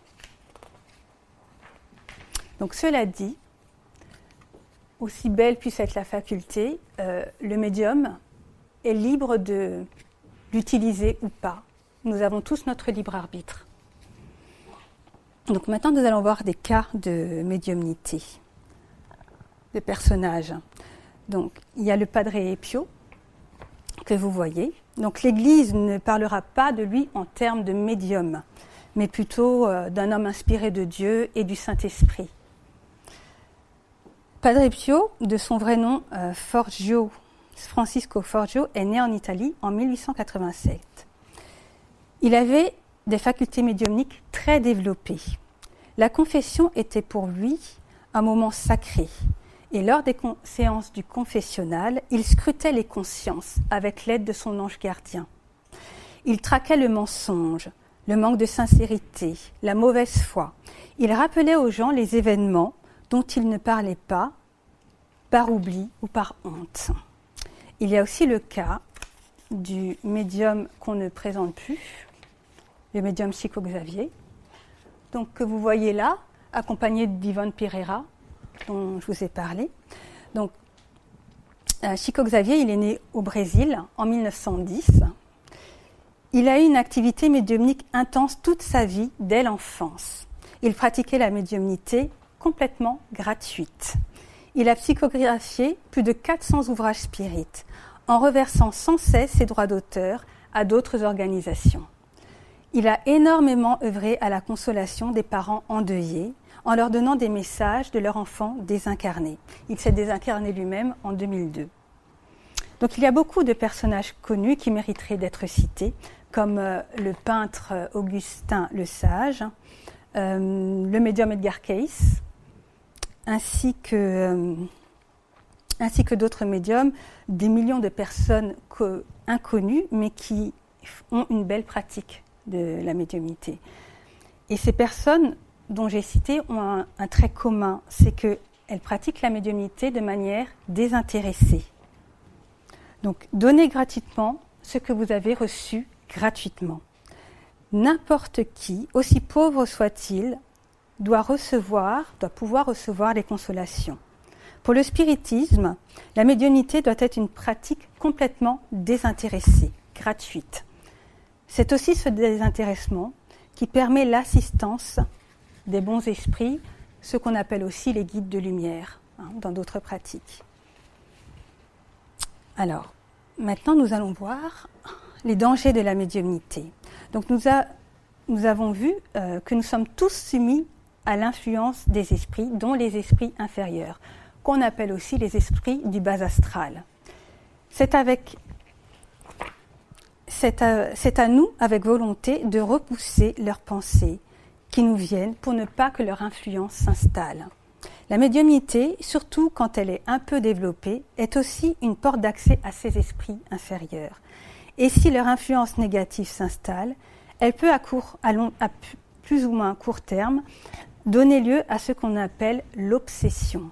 Donc cela dit, aussi belle puisse être la faculté, le médium est libre de l'utiliser ou pas. Nous avons tous notre libre arbitre. Donc maintenant, nous allons voir des cas de médiumnité, de personnages. Donc, il y a le Padre Pio, que vous voyez. Donc, l'Église ne parlera pas de lui en termes de médium, mais plutôt d'un homme inspiré de Dieu et du Saint-Esprit. Padre Pio, de son vrai nom Francisco Forgio, est né en Italie en 1887. Il avait des facultés médiumniques très développées. La confession était pour lui un moment sacré. Et lors des séances du confessionnal, il scrutait les consciences avec l'aide de son ange gardien. Il traquait le mensonge, le manque de sincérité, la mauvaise foi. Il rappelait aux gens les événements dont ils ne parlaient pas, par oubli ou par honte. Il y a aussi le cas du médium qu'on ne présente plus, le médium Chico Xavier, donc que vous voyez là, accompagné d'Yvonne Pereira, dont je vous ai parlé. Donc, Chico Xavier, il est né au Brésil en 1910. Il a eu une activité médiumnique intense toute sa vie, dès l'enfance. Il pratiquait la médiumnité complètement gratuite. Il a psychographié plus de 400 ouvrages spirites, en reversant sans cesse ses droits d'auteur à d'autres organisations. Il a énormément œuvré à la consolation des parents endeuillés, en leur donnant des messages de leur enfant désincarné. Il s'est désincarné lui-même en 2002. Donc il y a beaucoup de personnages connus qui mériteraient d'être cités, comme le peintre Augustin Le Sage, le médium Edgar Cayce, ainsi que d'autres médiums, des millions de personnes inconnues, mais qui ont une belle pratique de la médiumnité. Et ces personnes dont j'ai cité ont un trait commun, c'est qu'elles pratiquent la médiumnité de manière désintéressée. Donc, donnez gratuitement ce que vous avez reçu gratuitement. N'importe qui, aussi pauvre soit-il, doit pouvoir recevoir les consolations. Pour le spiritisme, la médiumnité doit être une pratique complètement désintéressée, gratuite. C'est aussi ce désintéressement qui permet l'assistance des bons esprits, ce qu'on appelle aussi les guides de lumière, dans d'autres pratiques. Alors, maintenant nous allons voir les dangers de la médiumnité. Donc nous avons vu que nous sommes tous soumis à l'influence des esprits, dont les esprits inférieurs, qu'on appelle aussi les esprits du bas astral. C'est à nous, avec volonté, de repousser leurs pensées qui nous viennent pour ne pas que leur influence s'installe. La médiumnité, surtout quand elle est un peu développée, est aussi une porte d'accès à ces esprits inférieurs. Et si leur influence négative s'installe, elle peut à plus ou moins court terme donner lieu à ce qu'on appelle l'obsession.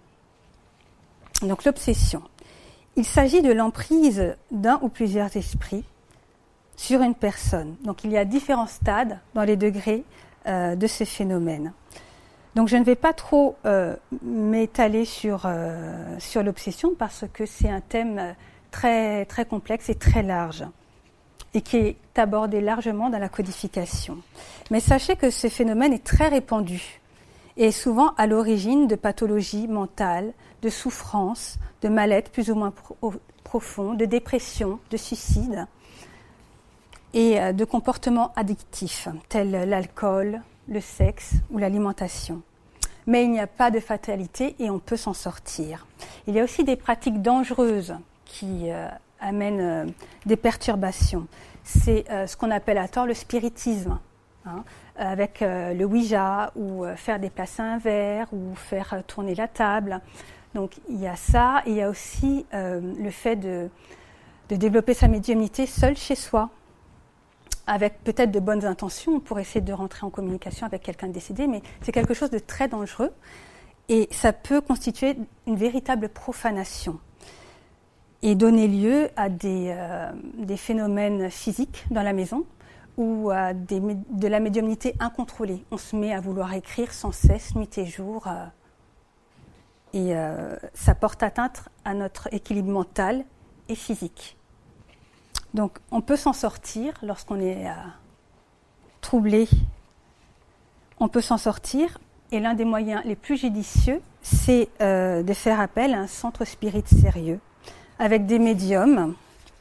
Donc l'obsession. Il s'agit de l'emprise d'un ou plusieurs esprits sur une personne. Donc il y a différents stades dans les degrés de ce phénomène. Donc je ne vais pas trop m'étaler sur l'obsession parce que c'est un thème très, très complexe et très large et qui est abordé largement dans la codification. Mais sachez que ce phénomène est très répandu et est souvent à l'origine de pathologies mentales, de souffrances, de mal-être plus ou moins profond, de dépression, de suicide et de comportements addictifs tels l'alcool, le sexe ou l'alimentation. Mais il n'y a pas de fatalité et on peut s'en sortir. Il y a aussi des pratiques dangereuses qui amènent des perturbations. C'est ce qu'on appelle à tort le spiritisme, avec le Ouija ou faire déplacer un verre ou faire tourner la table. Donc il y a ça et il y a aussi le fait de développer sa médiumnité seul chez soi, avec peut-être de bonnes intentions pour essayer de rentrer en communication avec quelqu'un de décédé, mais c'est quelque chose de très dangereux et ça peut constituer une véritable profanation et donner lieu à des phénomènes physiques dans la maison ou à de la médiumnité incontrôlée. On se met à vouloir écrire sans cesse, nuit et jour, et ça porte atteinte à notre équilibre mental et physique. Donc on peut s'en sortir lorsqu'on est troublé. On peut s'en sortir et l'un des moyens les plus judicieux, c'est de faire appel à un centre spirit sérieux avec des médiums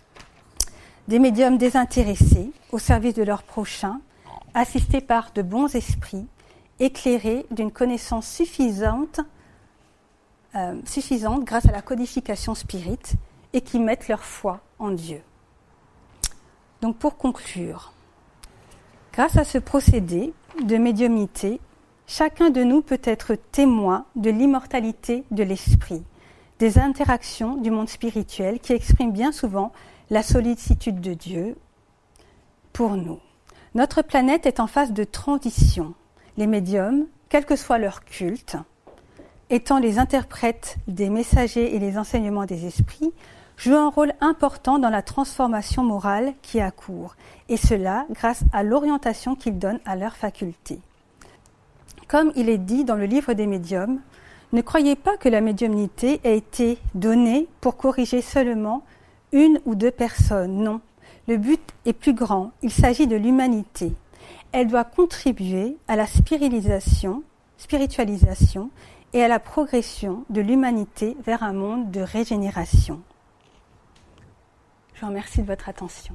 désintéressés au service de leurs prochains, assistés par de bons esprits, éclairés d'une connaissance suffisante grâce à la codification spirit et qui mettent leur foi en Dieu. Donc pour conclure, grâce à ce procédé de médiumnité, chacun de nous peut être témoin de l'immortalité de l'esprit, des interactions du monde spirituel qui expriment bien souvent la sollicitude de Dieu pour nous. Notre planète est en phase de transition. Les médiums, quel que soit leur culte, étant les interprètes des messagers et les enseignements des esprits, jouent un rôle important dans la transformation morale qui a cours, et cela grâce à l'orientation qu'ils donnent à leurs facultés. Comme il est dit dans le livre des médiums, ne croyez pas que la médiumnité ait été donnée pour corriger seulement une ou deux personnes, non. Le but est plus grand, il s'agit de l'humanité. Elle doit contribuer à la spiritualisation et à la progression de l'humanité vers un monde de régénération. Je vous remercie de votre attention.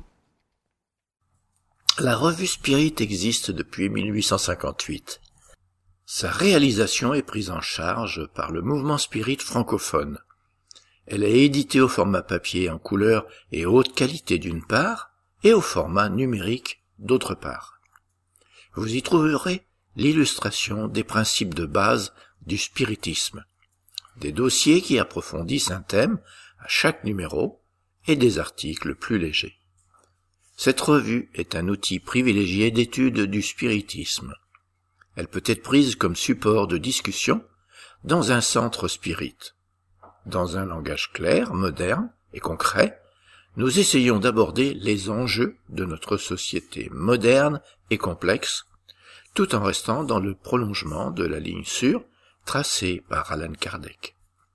La revue Spirit existe depuis 1858. Sa réalisation est prise en charge par le mouvement Spirit francophone. Elle est éditée au format papier en couleur et haute qualité d'une part, et au format numérique d'autre part. Vous y trouverez l'illustration des principes de base du spiritisme, des dossiers qui approfondissent un thème à chaque numéro et des articles plus légers. Cette revue est un outil privilégié d'étude du spiritisme. Elle peut être prise comme support de discussion dans un centre spirit. Dans un langage clair, moderne et concret, nous essayons d'aborder les enjeux de notre société moderne et complexe, tout en restant dans le prolongement de la ligne sûre tracée par Allan Kardec.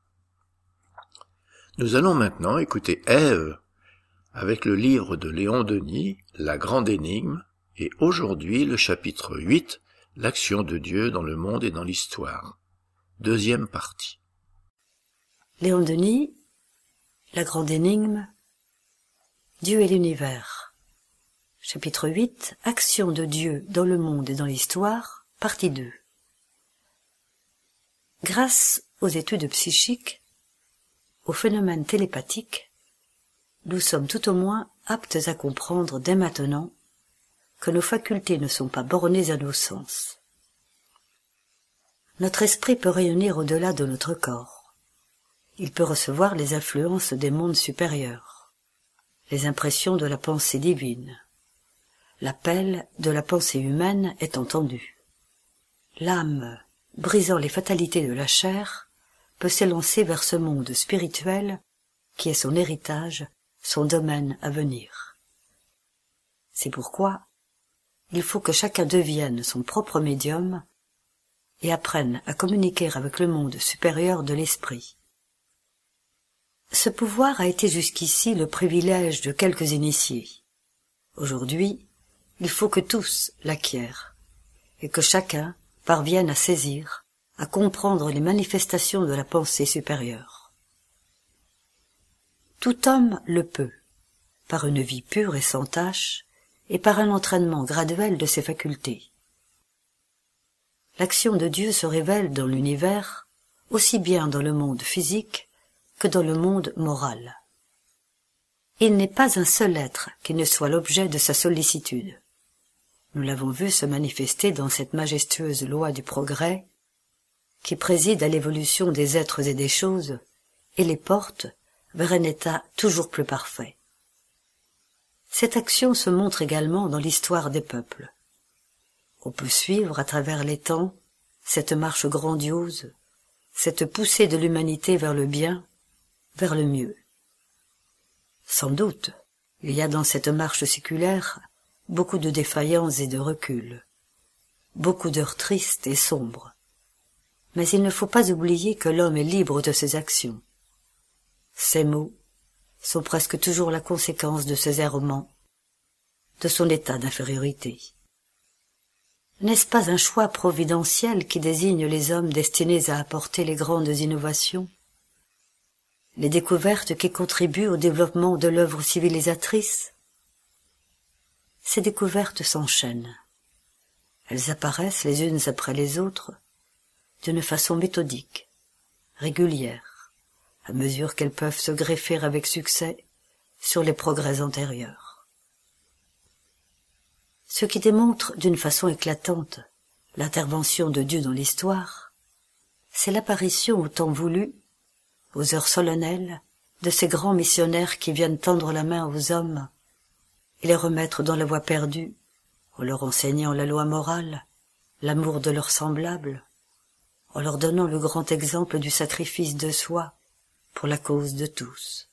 Nous allons maintenant écouter Ève avec le livre de Léon Denis, La Grande Énigme, et aujourd'hui le chapitre 8, L'action de Dieu dans le monde et dans l'histoire. Deuxième partie. Léon Denis, La Grande Énigme, Dieu et l'univers. Chapitre 8, Action de Dieu dans le monde et dans l'histoire, partie 2. Grâce aux études psychiques, aux phénomènes télépathiques, nous sommes tout au moins aptes à comprendre dès maintenant que nos facultés ne sont pas bornées à nos sens. Notre esprit peut rayonner au-delà de notre corps. Il peut recevoir les influences des mondes supérieurs. les impressions de la pensée divine. L'appel de la pensée humaine est entendu. L'âme, brisant les fatalités de la chair, peut s'élancer vers ce monde spirituel qui est son héritage, son domaine à venir. C'est pourquoi il faut que chacun devienne son propre médium et apprenne à communiquer avec le monde supérieur de l'esprit. Ce pouvoir a été jusqu'ici le privilège de quelques initiés. Aujourd'hui, il faut que tous l'acquièrent et que chacun parvienne à saisir, à comprendre les manifestations de la pensée supérieure. Tout homme le peut, par une vie pure et sans tache, et par un entraînement graduel de ses facultés. L'action de Dieu se révèle dans l'univers, aussi bien dans le monde physique que dans le monde moral. Il n'est pas un seul être qui ne soit l'objet de sa sollicitude. Nous l'avons vu se manifester dans cette majestueuse loi du progrès qui préside à l'évolution des êtres et des choses et les porte vers un état toujours plus parfait. Cette action se montre également dans l'histoire des peuples. On peut suivre à travers les temps cette marche grandiose, cette poussée de l'humanité vers le bien, vers le mieux. Sans doute, il y a dans cette marche séculaire beaucoup de défaillances et de recul, beaucoup d'heures tristes et sombres. Mais il ne faut pas oublier que l'homme est libre de ses actions. Ses maux sont presque toujours la conséquence de ses errements, de son état d'infériorité. N'est-ce pas un choix providentiel qui désigne les hommes destinés à apporter les grandes innovations, les découvertes qui contribuent au développement de l'œuvre civilisatrice? Ces découvertes s'enchaînent. Elles apparaissent les unes après les autres d'une façon méthodique, régulière, à mesure qu'elles peuvent se greffer avec succès sur les progrès antérieurs. Ce qui démontre d'une façon éclatante l'intervention de Dieu dans l'histoire, c'est l'apparition au temps voulu, aux heures solennelles, de ces grands missionnaires qui viennent tendre la main aux hommes et les remettre dans la voie perdue, en leur enseignant la loi morale, l'amour de leurs semblables, en leur donnant le grand exemple du sacrifice de soi pour la cause de tous.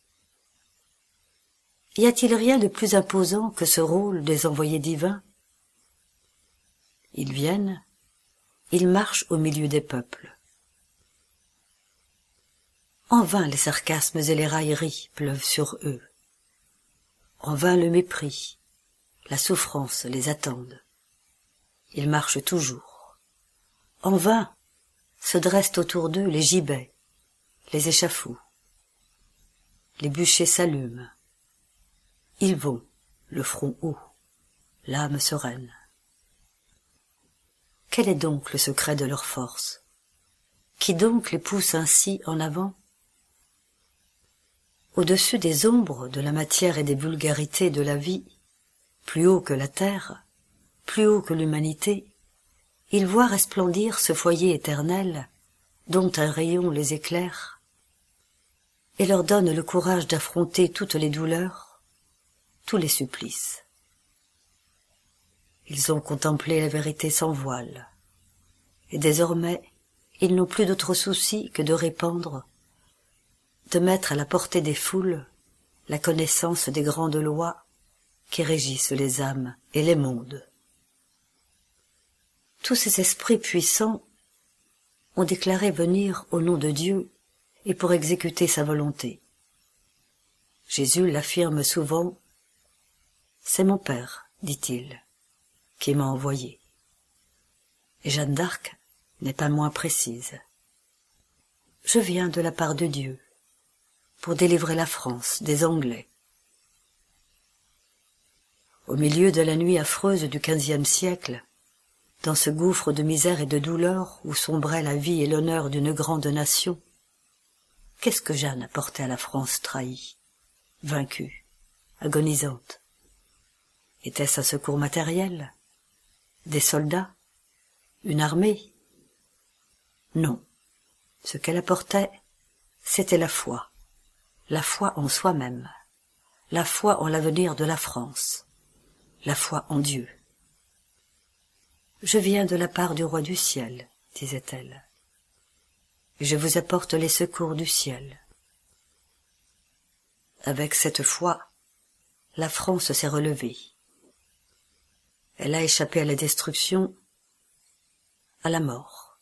Y a-t-il rien de plus imposant que ce rôle des envoyés divins? Ils viennent, ils marchent au milieu des peuples. En vain les sarcasmes et les railleries pleuvent sur eux. En vain le mépris, la souffrance les attendent. Ils marchent toujours. En vain se dressent autour d'eux les gibets, les échafauds. Les bûchers s'allument. Ils vont, le front haut, l'âme sereine. Quel est donc le secret de leur force? Qui donc les pousse ainsi en avant? Au-dessus des ombres de la matière et des vulgarités de la vie, plus haut que la terre, plus haut que l'humanité, ils voient resplendir ce foyer éternel dont un rayon les éclaire et leur donne le courage d'affronter toutes les douleurs, tous les supplices. Ils ont contemplé la vérité sans voile, et désormais ils n'ont plus d'autre souci que de répandre, de mettre à la portée des foules la connaissance des grandes lois qui régissent les âmes et les mondes. Tous ces esprits puissants ont déclaré venir au nom de Dieu et pour exécuter sa volonté. Jésus l'affirme souvent, « C'est mon Père, dit-il, qui m'a envoyé. » Et Jeanne d'Arc n'est pas moins précise. « Je viens de la part de Dieu, pour délivrer la France des Anglais. » Au milieu de la nuit affreuse du XVe siècle, dans ce gouffre de misère et de douleur où sombrait la vie et l'honneur d'une grande nation, qu'est-ce que Jeanne apportait à la France trahie, vaincue, agonisante? Était-ce un secours matériel? Des soldats? Une armée? Non. Ce qu'elle apportait, c'était la foi en soi-même, la foi en l'avenir de la France, la foi en Dieu. « Je viens de la part du roi du ciel, disait-elle. Je vous apporte les secours du ciel. » Avec cette foi, la France s'est relevée. Elle a échappé à la destruction, à la mort.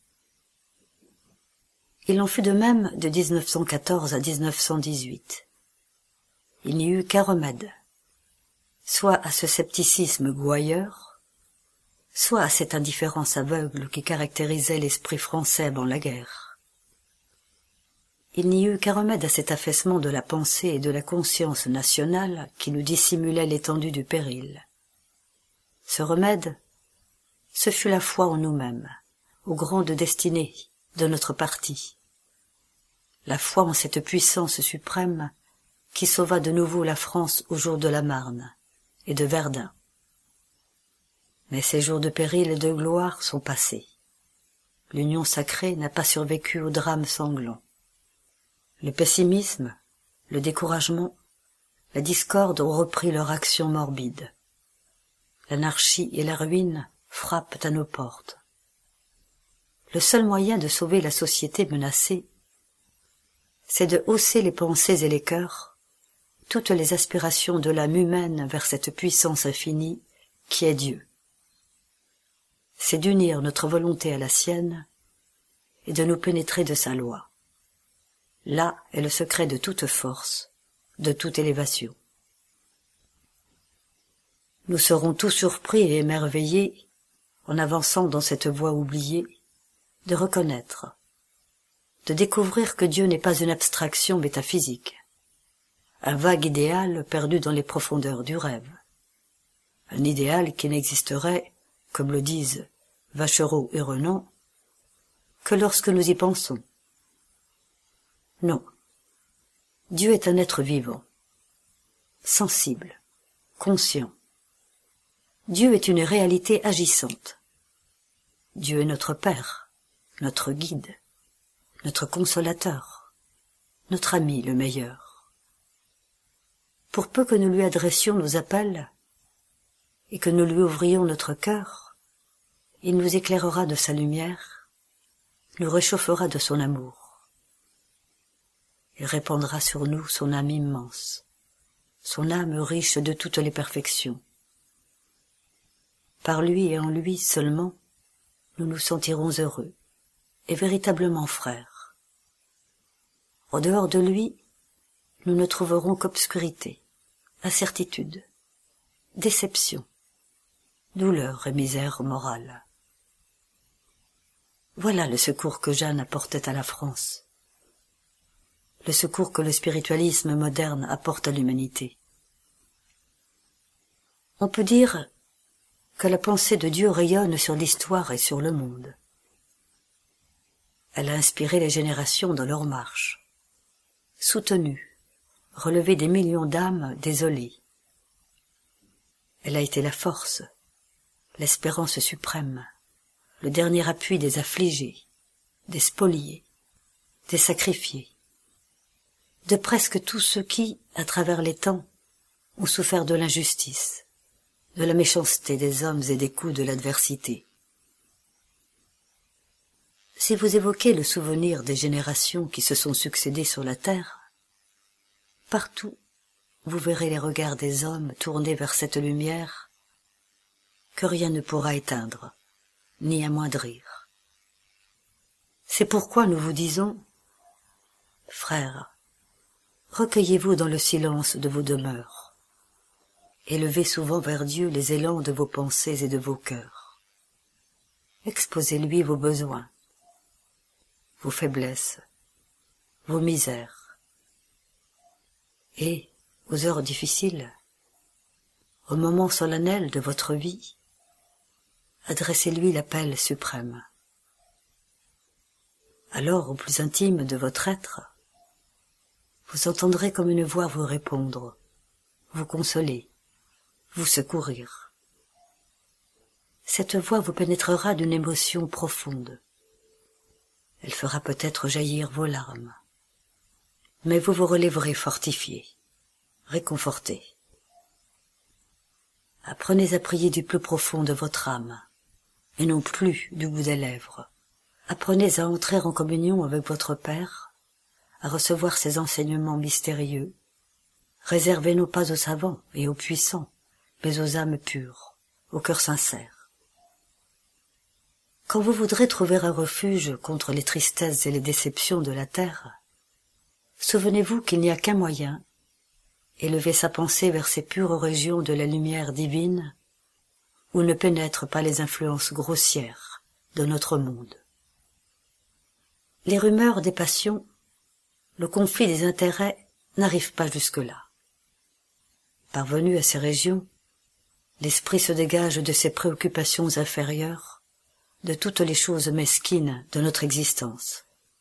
Il en fut de même de 1914 à 1918. Il n'y eut qu'un remède, soit à ce scepticisme gouailleur, soit à cette indifférence aveugle qui caractérisait l'esprit français avant la guerre. Il n'y eut qu'un remède à cet affaissement de la pensée et de la conscience nationale qui nous dissimulait l'étendue du péril. Ce remède, ce fut la foi en nous-mêmes, aux grandes destinées de notre parti. La foi en cette puissance suprême qui sauva de nouveau la France au jour de la Marne et de Verdun. Mais ces jours de péril et de gloire sont passés. L'union sacrée n'a pas survécu au drame sanglant. Le pessimisme, le découragement, la discorde ont repris leur action morbide. L'anarchie et la ruine frappent à nos portes. Le seul moyen de sauver la société menacée, c'est de hausser les pensées et les cœurs, toutes les aspirations de l'âme humaine vers cette puissance infinie qui est Dieu. C'est d'unir notre volonté à la sienne et de nous pénétrer de sa loi. Là est le secret de toute force, de toute élévation. Nous serons tous surpris et émerveillés, en avançant dans cette voie oubliée, de reconnaître, de découvrir que Dieu n'est pas une abstraction métaphysique, un vague idéal perdu dans les profondeurs du rêve, un idéal qui n'existerait, comme le disent Vachereau et Renan, que lorsque nous y pensons. Non, Dieu est un être vivant, sensible, conscient. Dieu est une réalité agissante. Dieu est notre Père, notre guide, notre consolateur, notre ami le meilleur. Pour peu que nous lui adressions nos appels et que nous lui ouvrions notre cœur, il nous éclairera de sa lumière, nous réchauffera de son amour. Il répandra sur nous son âme immense, son âme riche de toutes les perfections. Par lui et en lui seulement, nous nous sentirons heureux et véritablement frères. En dehors de lui, nous ne trouverons qu'obscurité, incertitude, déception, douleur et misère morale. Voilà le secours que Jeanne apportait à la France, le secours que le spiritualisme moderne apporte à l'humanité. On peut dire que la pensée de Dieu rayonne sur l'histoire et sur le monde. Elle a inspiré les générations dans leur marche, soutenu, relevé des millions d'âmes désolées. Elle a été la force, l'espérance suprême, le dernier appui des affligés, des spoliés, des sacrifiés, de presque tous ceux qui, à travers les temps, ont souffert de l'injustice, de la méchanceté des hommes et des coups de l'adversité. Si vous évoquez le souvenir des générations qui se sont succédées sur la terre, partout vous verrez les regards des hommes tournés vers cette lumière que rien ne pourra éteindre, ni amoindrir. C'est pourquoi nous vous disons, frères, recueillez-vous dans le silence de vos demeures, élevez souvent vers Dieu les élans de vos pensées et de vos cœurs. Exposez-lui vos besoins, vos faiblesses, vos misères. Et, aux heures difficiles, au moment solennel de votre vie, adressez-lui l'appel suprême. Alors, au plus intime de votre être, vous entendrez comme une voix vous répondre, vous consoler, vous secourir. Cette voix vous pénétrera d'une émotion profonde. Elle fera peut-être jaillir vos larmes, mais vous vous relèverez fortifié, réconfortez. Apprenez à prier du plus profond de votre âme, et non plus du bout des lèvres. Apprenez à entrer en communion avec votre Père, à recevoir ses enseignements mystérieux. Réservez-nous pas aux savants et aux puissants, mais aux âmes pures, aux cœurs sincères. Quand vous voudrez trouver un refuge contre les tristesses et les déceptions de la terre, souvenez-vous qu'il n'y a qu'un moyen, élever sa pensée vers ces pures régions de la lumière divine, où ne pénètrent pas les influences grossières de notre monde. Les rumeurs des passions, le conflit des intérêts n'arrivent pas jusque-là. Parvenu à ces régions, l'esprit se dégage de ses préoccupations inférieures, de toutes les choses mesquines de notre existence.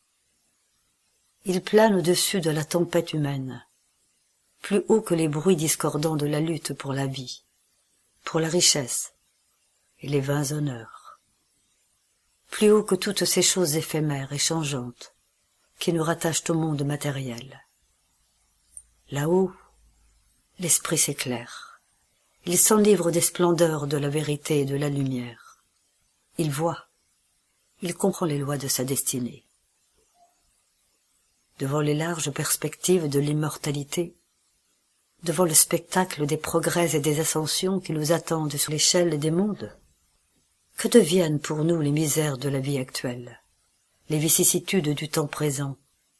Il plane au-dessus de la tempête humaine, plus haut que les bruits discordants de la lutte pour la vie, pour la richesse et les vains honneurs, plus haut que toutes ces choses éphémères et changeantes qui nous rattachent au monde matériel. Là-haut, l'esprit s'éclaire. Il s'enivre des splendeurs de la vérité et de la lumière. Il voit, il comprend les lois de sa destinée. Devant les larges perspectives de l'immortalité, devant le spectacle des progrès et des ascensions qui nous attendent sur l'échelle des mondes, que deviennent pour nous les misères de la vie actuelle, les vicissitudes du temps présent?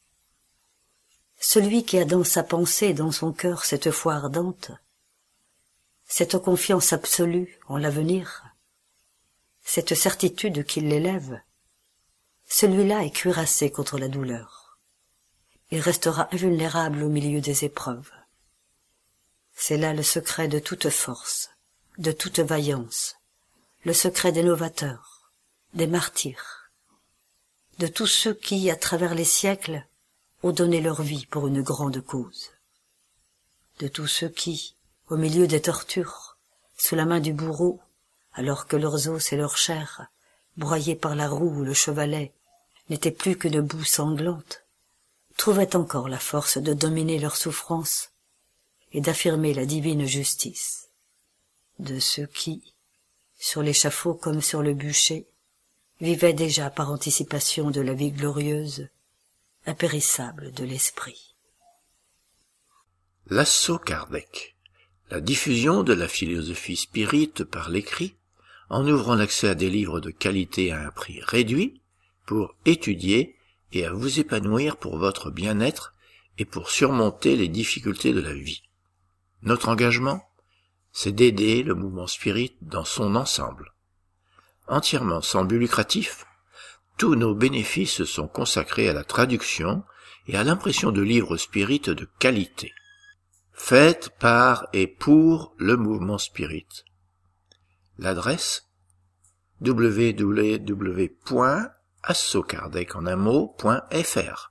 Celui qui a dans sa pensée et dans son cœur cette foi ardente, cette confiance absolue en l'avenir, cette certitude qui l'élève, celui-là est cuirassé contre la douleur. Il restera invulnérable au milieu des épreuves. C'est là le secret de toute force, de toute vaillance, le secret des novateurs, des martyrs, de tous ceux qui, à travers les siècles, ont donné leur vie pour une grande cause, de tous ceux qui, au milieu des tortures, sous la main du bourreau, alors que leurs os et leur chair, broyés par la roue ou le chevalet, n'étaient plus qu'une boue sanglante, trouvaient encore la force de dominer leur souffrance et d'affirmer la divine justice, de ceux qui, sur l'échafaud comme sur le bûcher, vivaient déjà par anticipation de la vie glorieuse, impérissable de l'esprit. L'assaut Kardec. La diffusion de la philosophie spirite par l'écrit, en ouvrant l'accès à des livres de qualité à un prix réduit, pour étudier et à vous épanouir pour votre bien-être et pour surmonter les difficultés de la vie. Notre engagement, c'est d'aider le mouvement spirit dans son ensemble. Entièrement sans but lucratif, tous nos bénéfices sont consacrés à la traduction et à l'impression de livres spirites de qualité, faites par et pour le mouvement spirit. L'adresse www.assokardec.fr.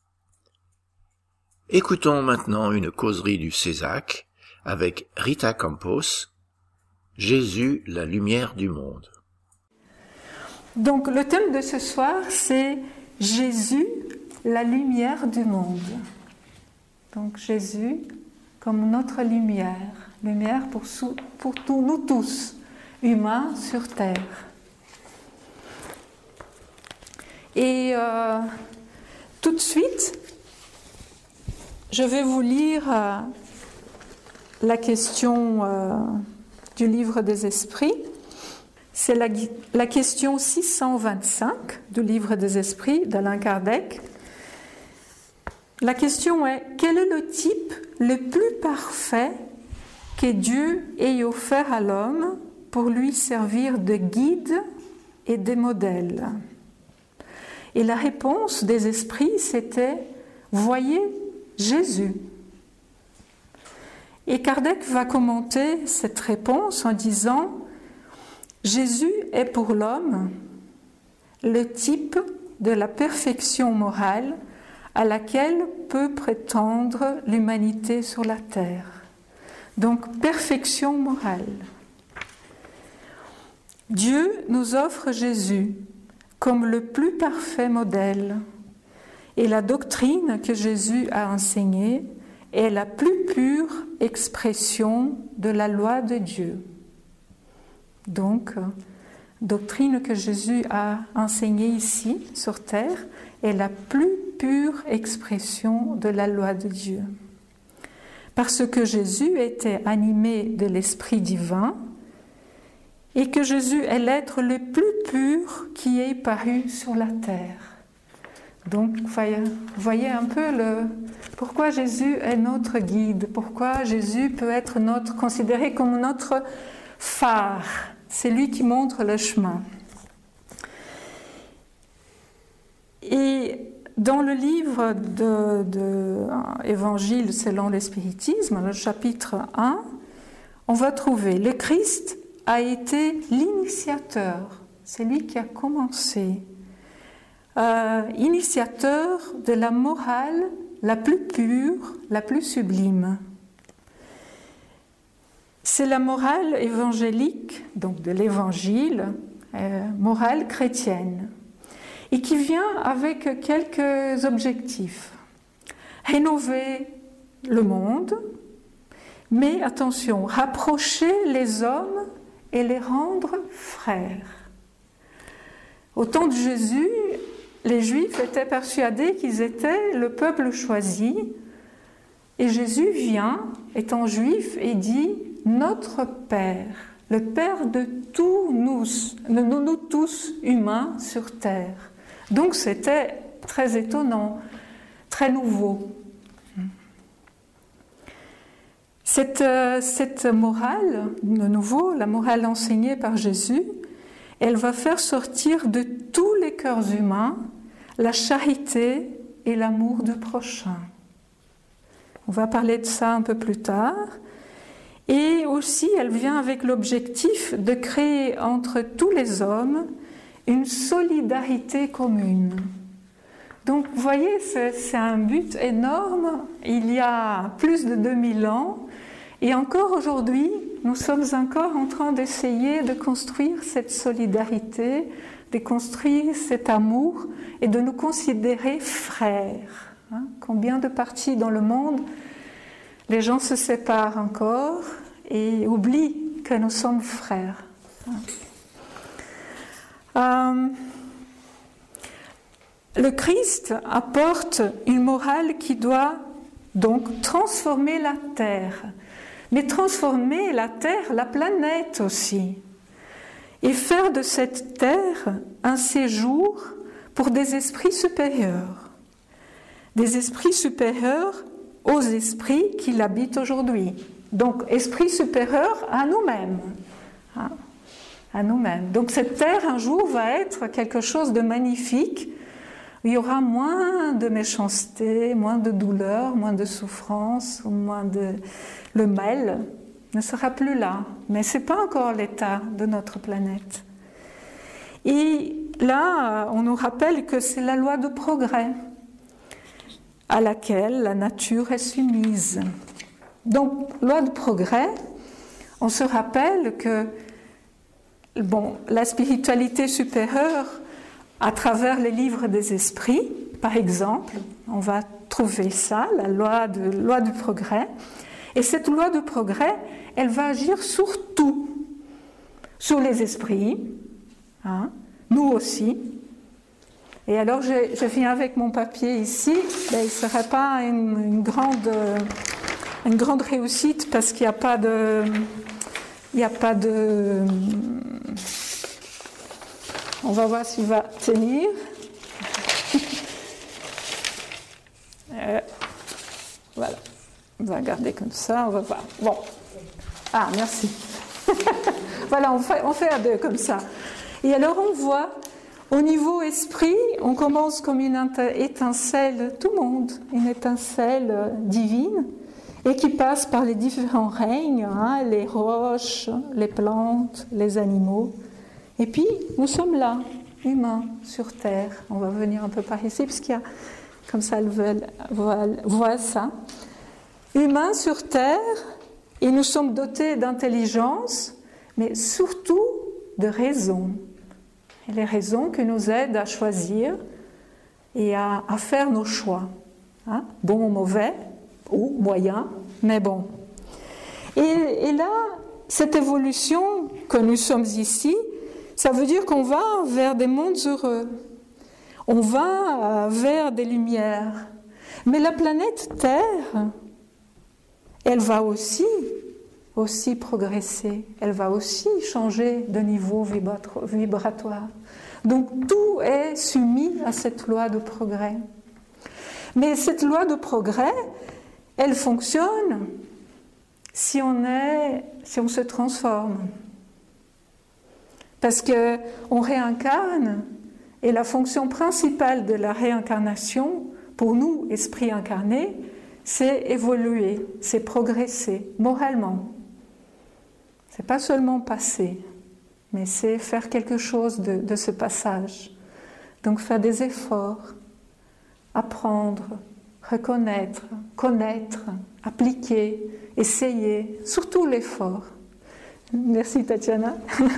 Écoutons maintenant une causerie du Césac avec Rita Campos, Jésus, la lumière du monde. Donc le thème de ce soir, c'est Jésus, la lumière du monde. Donc Jésus comme notre lumière, lumière pour nous tous, humains sur terre. Et tout de suite, je vais vous lire la question du livre des esprits. C'est la question 625 du livre des esprits d'Alain Kardec. La question est: quel est le type le plus parfait que Dieu ait offert à l'homme pour lui servir de guide et de modèle? Et la réponse des esprits, c'était: voyez Jésus. Et Kardec va commenter cette réponse en disant: Jésus est pour l'homme le type de la perfection morale à laquelle peut prétendre l'humanité sur la terre. Donc, perfection morale. Dieu nous offre Jésus comme le plus parfait modèle, et la doctrine que Jésus a enseignée est la plus pure expression de la loi de Dieu. Donc, doctrine que Jésus a enseignée ici, sur terre, est la plus pure expression de la loi de Dieu. Parce que Jésus était animé de l'Esprit divin et que Jésus est l'être le plus pur qui est paru sur la terre. Donc, voyez un peu pourquoi Jésus est notre guide, pourquoi Jésus peut être considéré comme notre phare. C'est lui qui montre le chemin. Et dans le livre de Évangile selon le spiritisme, le chapitre 1, on va trouver le Christ a été l'initiateur. C'est lui qui a commencé. Initiateur de la morale la plus pure, la plus sublime. C'est la morale évangélique, donc de l'évangile, morale chrétienne, et qui vient avec quelques objectifs. Rénover le monde, mais attention, rapprocher les hommes et les rendre frères. Au temps de Jésus, les Juifs étaient persuadés qu'ils étaient le peuple choisi, et Jésus vient, étant juif, et dit « Notre Père, le Père de nous tous humains sur terre ». Donc c'était très étonnant, très nouveau. Cette morale, de nouveau, la morale enseignée par Jésus, elle va faire sortir de tous les cœurs humains la charité et l'amour du prochain. On va parler de ça un peu plus tard. Et aussi, elle vient avec l'objectif de créer entre tous les hommes une solidarité commune. Donc, vous voyez, c'est un but énorme. Il y a plus de 2000 ans. Et encore aujourd'hui, nous sommes encore en train d'essayer de construire cette solidarité, de construire cet amour et de nous considérer frères. Combien de parties dans le monde les gens se séparent encore et oublient que nous sommes frères. Le Christ apporte une morale qui doit donc transformer la terre, mais transformer la terre, la planète aussi, et faire de cette terre un séjour pour des esprits supérieurs aux esprits qui l'habitent aujourd'hui. Donc, esprits supérieurs à nous-mêmes. À nous-mêmes. Donc, cette terre, un jour, va être quelque chose de magnifique. Il y aura moins de méchanceté, moins de douleur, moins de souffrance, moins de... Le mal ne sera plus là. Mais ce n'est pas encore l'état de notre planète. Et là, on nous rappelle que c'est la loi de progrès à laquelle la nature est soumise. Donc, loi de progrès, on se rappelle que la spiritualité supérieure, à travers les livres des esprits, par exemple, on va trouver ça, la loi du progrès. Et cette loi du progrès, elle va agir sur tout, sur les esprits, nous aussi. Et alors, je viens avec mon papier ici, il ne serait pas une grande réussite parce qu'il n'y a pas de... On va voir s'il va tenir. Voilà. On va garder comme ça, on va voir. Bon. Ah, merci. Voilà, on fait à deux comme ça. Et alors on voit, au niveau esprit, on commence comme une étincelle, tout le monde, une étincelle divine, et qui passe par les différents règnes, les roches, les plantes, les animaux. Et puis, nous sommes là, humains, sur Terre. On va venir un peu par ici, parce qu'il y a, comme ça, elle voit ça. Humains sur Terre, et nous sommes dotés d'intelligence, mais surtout de raison. Et les raisons qui nous aident à choisir et à faire nos choix. Bon ou mauvais, ou moyen, mais bon. Et là, cette évolution que nous sommes ici, ça veut dire qu'on va vers des mondes heureux. On va vers des lumières. Mais la planète Terre, elle va aussi progresser. Elle va aussi changer de niveau vibratoire. Donc tout est soumis à cette loi de progrès. Mais cette loi de progrès, elle fonctionne si on se transforme. Parce qu'on réincarne, et la fonction principale de la réincarnation, pour nous, esprits incarnés, c'est évoluer, c'est progresser moralement. C'est pas seulement passer, mais c'est faire quelque chose de ce passage. Donc faire des efforts, apprendre, reconnaître, connaître, appliquer, essayer, surtout l'effort. Merci Tatiana.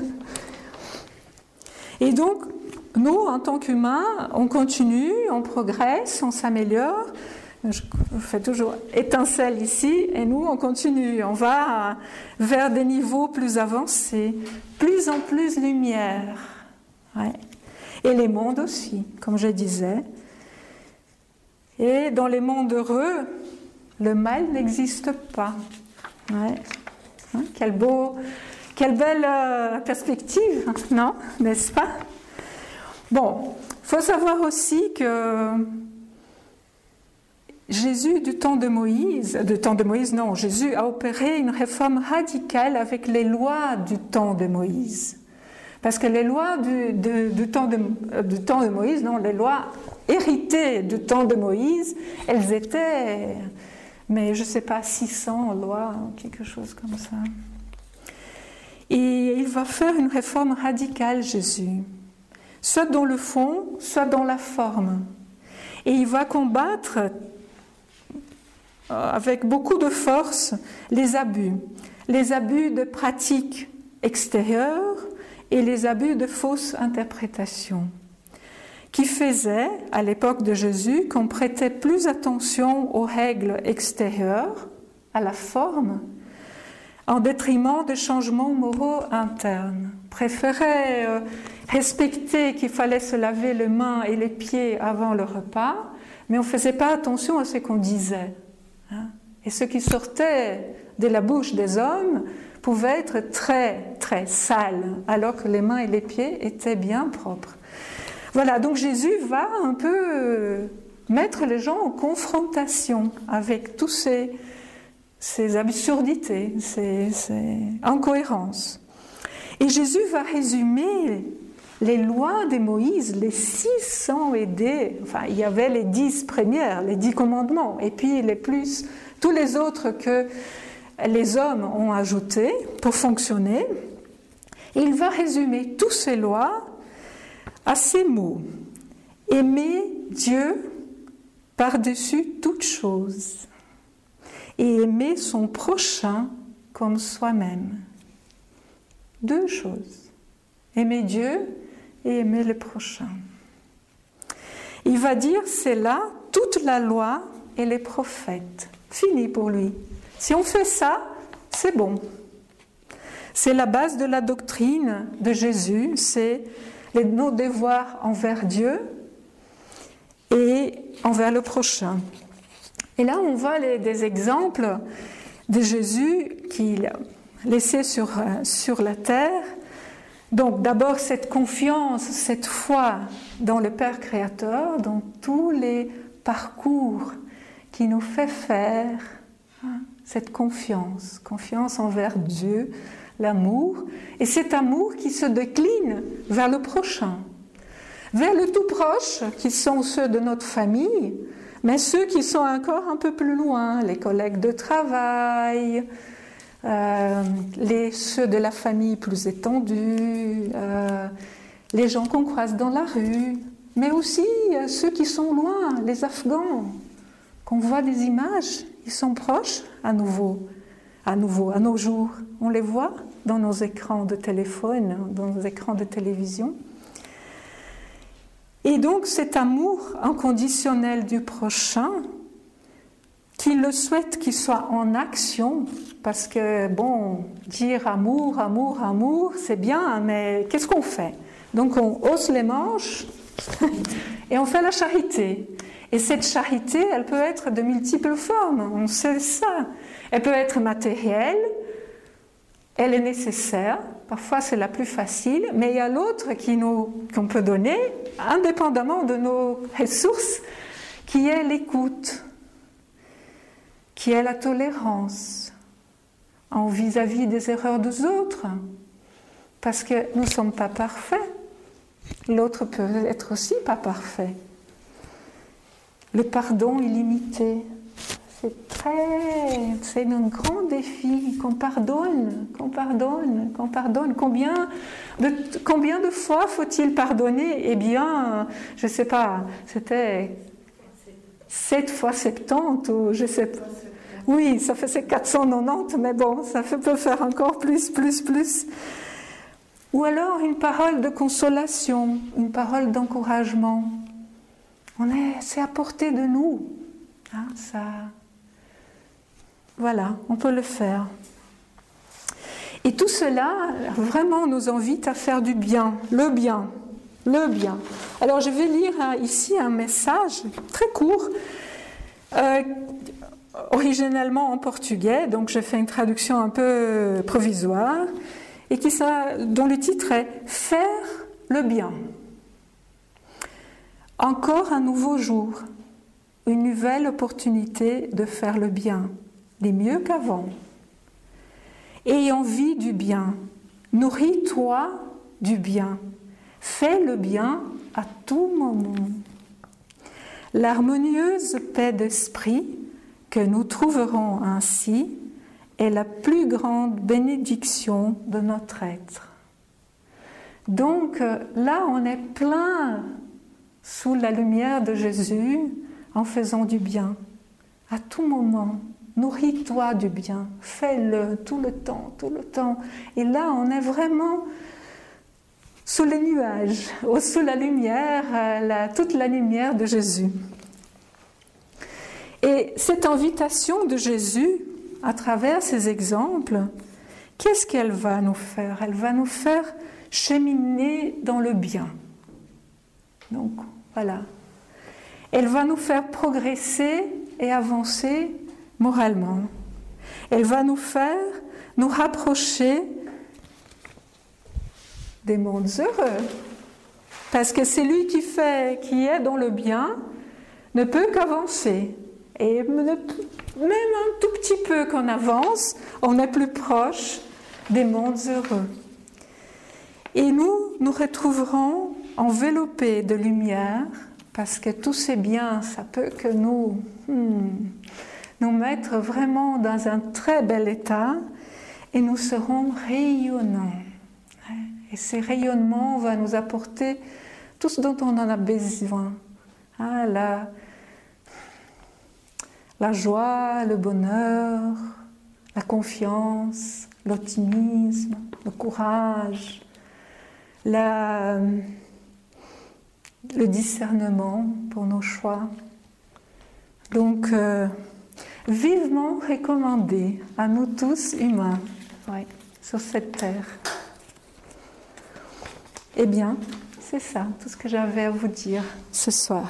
Et donc, nous, en tant qu'humains, on continue, on progresse, on s'améliore. Je fais toujours étincelle ici, et nous, on continue. On va vers des niveaux plus avancés, plus en plus lumière. Ouais. Et les mondes aussi, comme je disais. Et dans les mondes heureux, le mal n'existe pas. Ouais. Hein, quelle belle perspective, non, n'est-ce pas? Bon, il faut savoir aussi que Jésus Jésus a opéré une réforme radicale avec les lois du temps de Moïse. Parce que les lois du temps de Moïse, non, les lois héritées du temps de Moïse, elles étaient, mais je ne sais pas, 600 lois, quelque chose comme ça. Et il va faire une réforme radicale, Jésus, soit dans le fond, soit dans la forme. Et il va combattre avec beaucoup de force les abus de pratiques extérieures et les abus de fausses interprétations, qui faisaient, à l'époque de Jésus, qu'on prêtait plus attention aux règles extérieures, à la forme, en détriment des changements moraux internes. Préférait respecter qu'il fallait se laver les mains et les pieds avant le repas, mais on ne faisait pas attention à ce qu'on disait. Et ce qui sortait de la bouche des hommes pouvait être très, très sale, alors que les mains et les pieds étaient bien propres. Voilà, donc Jésus va un peu mettre les gens en confrontation avec tous ces absurdités, ces incohérences. Et Jésus va résumer les lois de Moïse, les 600 aidés, enfin il y avait les 10 premières, les 10 commandements, et puis tous les autres que les hommes ont ajoutés pour fonctionner. Et il va résumer toutes ces lois à ces mots. Aimer Dieu par-dessus toute chose et aimer son prochain comme soi-même. 2 choses. Aimer Dieu et aimer le prochain. Il va dire, c'est là toute la loi et les prophètes. Fini pour lui. Si on fait ça, c'est bon. C'est la base de la doctrine de Jésus, c'est nos devoirs envers Dieu et envers le prochain. Et là, on voit des exemples de Jésus qu'il a laissé sur la terre. Donc d'abord cette confiance, cette foi dans le Père Créateur, dans tous les parcours qui nous fait faire, cette confiance envers Dieu, l'amour, et cet amour qui se décline vers le prochain, vers le tout proche, qui sont ceux de notre famille, mais ceux qui sont encore un peu plus loin, les collègues de travail, ceux de la famille plus étendue, les gens qu'on croise dans la rue, mais aussi ceux qui sont loin, les Afghans, qu'on voit des images, ils sont proches à nos jours. On les voit dans nos écrans de téléphone, dans nos écrans de télévision. Et donc cet amour inconditionnel du prochain, qui le souhaitent qu'il soit en action, parce que, bon, dire amour, amour, amour, c'est bien, mais qu'est-ce qu'on fait? Donc on hausse les manches et on fait la charité. Et cette charité, elle peut être de multiples formes, on sait ça. Elle peut être matérielle, elle est nécessaire, parfois c'est la plus facile, mais il y a l'autre qu'on peut donner, indépendamment de nos ressources, qui est l'écoute, qui est la tolérance vis-à-vis des erreurs des autres, parce que nous ne sommes pas parfaits. L'autre peut être aussi pas parfait. Le pardon illimité, c'est un grand défi, qu'on pardonne. Combien de fois faut-il pardonner? Eh bien, je ne sais pas, c'était 7 fois 70, ou je sais pas. Oui, ça faisait 490, mais bon, ça peut faire encore plus. Ou alors une parole de consolation, une parole d'encouragement. C'est à portée de nous. Hein, ça... Voilà, on peut le faire. Et tout cela, vraiment, nous invite à faire du bien, le bien. Alors, je vais lire ici un message très court, originellement en portugais, donc j'ai fait une traduction un peu provisoire, et dont le titre est « Faire le bien ». Encore un nouveau jour, une nouvelle opportunité de faire le bien, les mieux qu'avant. Aie envie du bien, nourris-toi du bien, fais le bien à tout moment. L'harmonieuse paix d'esprit que nous trouverons ainsi est la plus grande bénédiction de notre être. Donc là, on est plein sous la lumière de Jésus en faisant du bien. À tout moment, nourris-toi du bien, fais-le tout le temps. Et là, on est vraiment sous les nuages, ou sous la lumière, toute la lumière de Jésus. Et cette invitation de Jésus, à travers ces exemples, qu'est-ce qu'elle va nous faire? Elle va nous faire cheminer dans le bien. Donc, voilà. Elle va nous faire progresser et avancer moralement. Elle va nous faire nous rapprocher des mondes heureux. Parce que celui qui est dans le bien ne peut qu'avancer. Et même un tout petit peu qu'on avance, on est plus proche des mondes heureux. Et nous retrouverons enveloppés de lumière, parce que tous ces biens, ça peut que nous mettre vraiment dans un très bel état, et nous serons rayonnants. Et ces rayonnements vont nous apporter tout ce dont on en a besoin. La joie, le bonheur, la confiance, l'optimisme, le courage, le discernement pour nos choix. Donc, vivement recommandé à nous tous humains, sur cette terre. Eh bien, c'est ça, tout ce que j'avais à vous dire ce soir.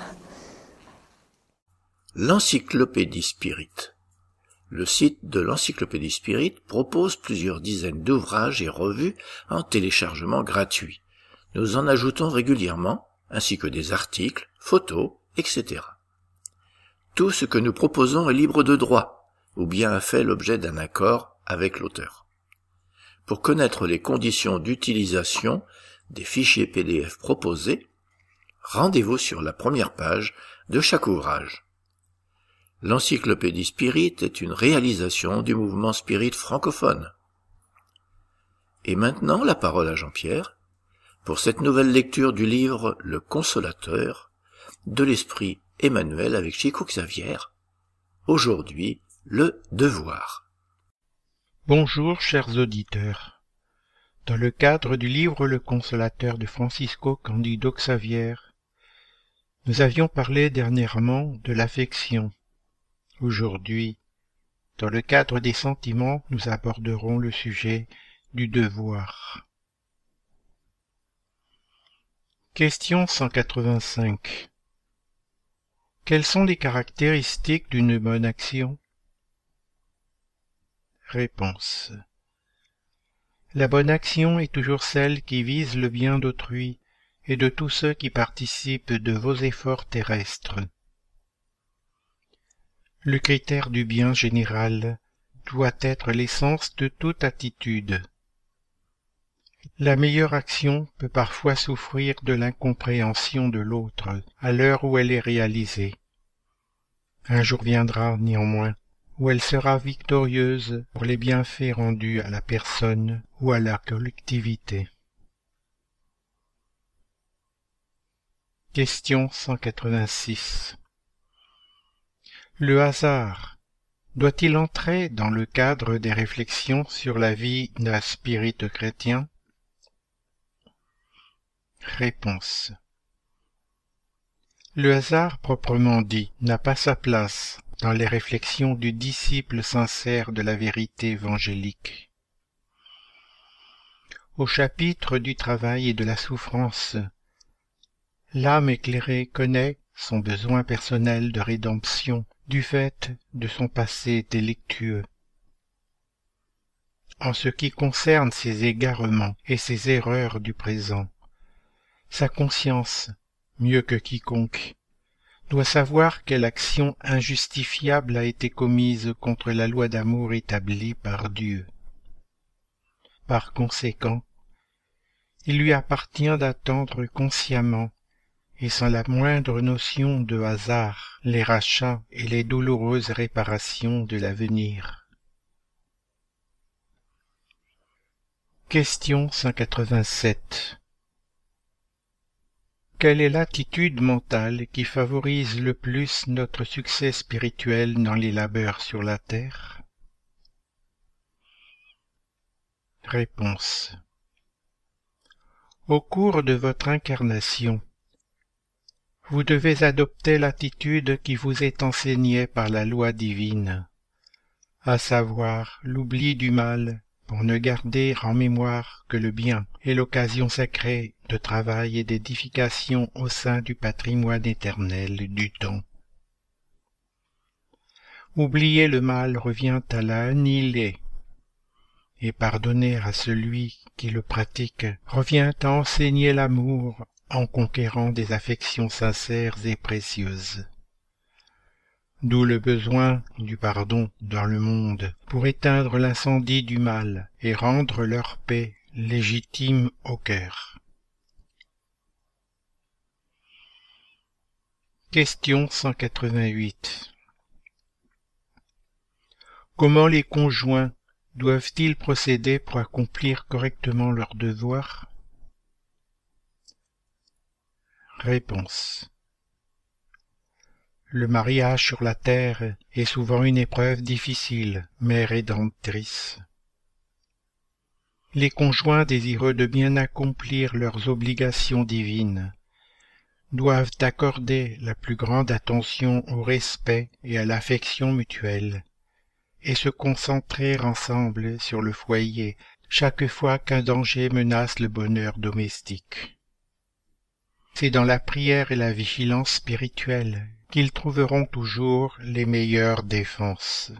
L'Encyclopédie Spirit. Le site de l'Encyclopédie Spirit propose plusieurs dizaines d'ouvrages et revues en téléchargement gratuit. Nous en ajoutons régulièrement, ainsi que des articles, photos, etc. Tout ce que nous proposons est libre de droit, ou bien a fait l'objet d'un accord avec l'auteur. Pour connaître les conditions d'utilisation des fichiers PDF proposés, rendez-vous sur la première page de chaque ouvrage. L'Encyclopédie Spirit est une réalisation du mouvement Spirit francophone. Et maintenant, la parole à Jean-Pierre pour cette nouvelle lecture du livre Le Consolateur de l'Esprit Emmanuel avec Chico Xavier. Aujourd'hui, le devoir. Bonjour, chers auditeurs. Dans le cadre du livre Le Consolateur de Francisco Cândido Xavier, nous avions parlé dernièrement de l'affection. Aujourd'hui, dans le cadre des sentiments, nous aborderons le sujet du devoir. Question 185. Quelles sont les caractéristiques d'une bonne action? Réponse. La bonne action est toujours celle qui vise le bien d'autrui et de tous ceux qui participent de vos efforts terrestres. Le critère du bien général doit être l'essence de toute attitude. La meilleure action peut parfois souffrir de l'incompréhension de l'autre à l'heure où elle est réalisée. Un jour viendra, néanmoins, où elle sera victorieuse pour les bienfaits rendus à la personne ou à la collectivité. Question 186. Le hasard doit-il entrer dans le cadre des réflexions sur la vie d'un spirit chrétien? Réponse. Le hasard proprement dit n'a pas sa place dans les réflexions du disciple sincère de la vérité évangélique. Au chapitre du travail et de la souffrance, l'âme éclairée connaît son besoin personnel de rédemption du fait de son passé délictueux. En ce qui concerne ses égarements et ses erreurs du présent, sa conscience, mieux que quiconque, doit savoir quelle action injustifiable a été commise contre la loi d'amour établie par Dieu. Par conséquent, il lui appartient d'attendre consciemment et sans la moindre notion de hasard, les rachats et les douloureuses réparations de l'avenir. Question 187. Quelle est l'attitude mentale qui favorise le plus notre succès spirituel dans les labeurs sur la terre? Réponse. Au cours de votre incarnation, vous devez adopter l'attitude qui vous est enseignée par la loi divine, à savoir l'oubli du mal pour ne garder en mémoire que le bien et l'occasion sacrée de travail et d'édification au sein du patrimoine éternel du temps. Oublier le mal revient à l'annihiler, et pardonner à celui qui le pratique revient à enseigner l'amour en conquérant des affections sincères et précieuses. D'où le besoin du pardon dans le monde pour éteindre l'incendie du mal et rendre leur paix légitime au cœur. Question 188. Comment les conjoints doivent-ils procéder pour accomplir correctement leurs devoirs? Réponse. Le mariage sur la terre est souvent une épreuve difficile, mais rédemptrice. Les conjoints désireux de bien accomplir leurs obligations divines doivent accorder la plus grande attention au respect et à l'affection mutuelle, et se concentrer ensemble sur le foyer chaque fois qu'un danger menace le bonheur domestique. C'est dans la prière et la vigilance spirituelle qu'ils trouveront toujours les meilleures défenses.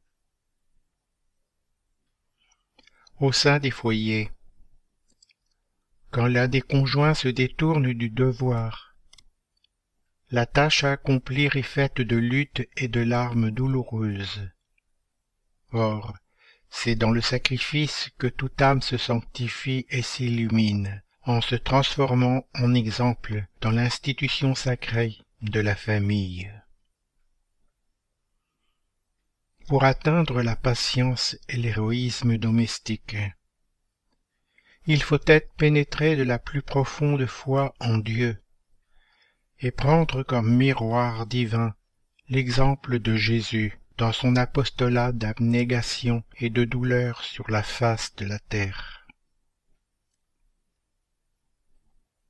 Au sein des foyers, quand l'un des conjoints se détourne du devoir, la tâche à accomplir est faite de luttes et de larmes douloureuses. Or, c'est dans le sacrifice que toute âme se sanctifie et s'illumine, en se transformant en exemple dans l'institution sacrée de la famille. Pour atteindre la patience et l'héroïsme domestique, il faut être pénétré de la plus profonde foi en Dieu et prendre comme miroir divin l'exemple de Jésus dans son apostolat d'abnégation et de douleur sur la face de la terre.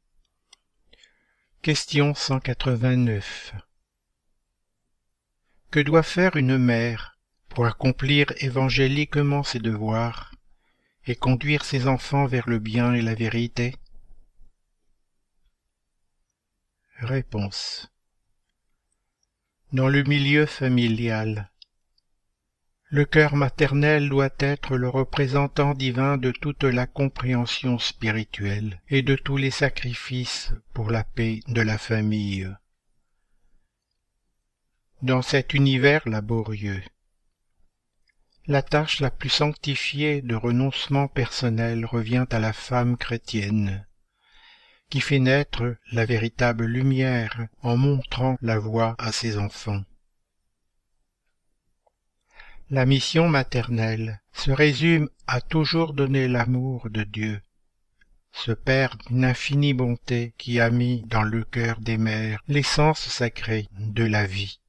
Question 189. Que doit faire une mère pour accomplir évangéliquement ses devoirs et conduire ses enfants vers le bien et la vérité? Réponse. Dans le milieu familial, le cœur maternel doit être le représentant divin de toute la compréhension spirituelle et de tous les sacrifices pour la paix de la famille. Dans cet univers laborieux, la tâche la plus sanctifiée de renoncement personnel revient à la femme chrétienne, qui fait naître la véritable lumière en montrant la voie à ses enfants. La mission maternelle se résume à toujours donner l'amour de Dieu, ce Père d'une infinie bonté qui a mis dans le cœur des mères l'essence sacrée de la vie.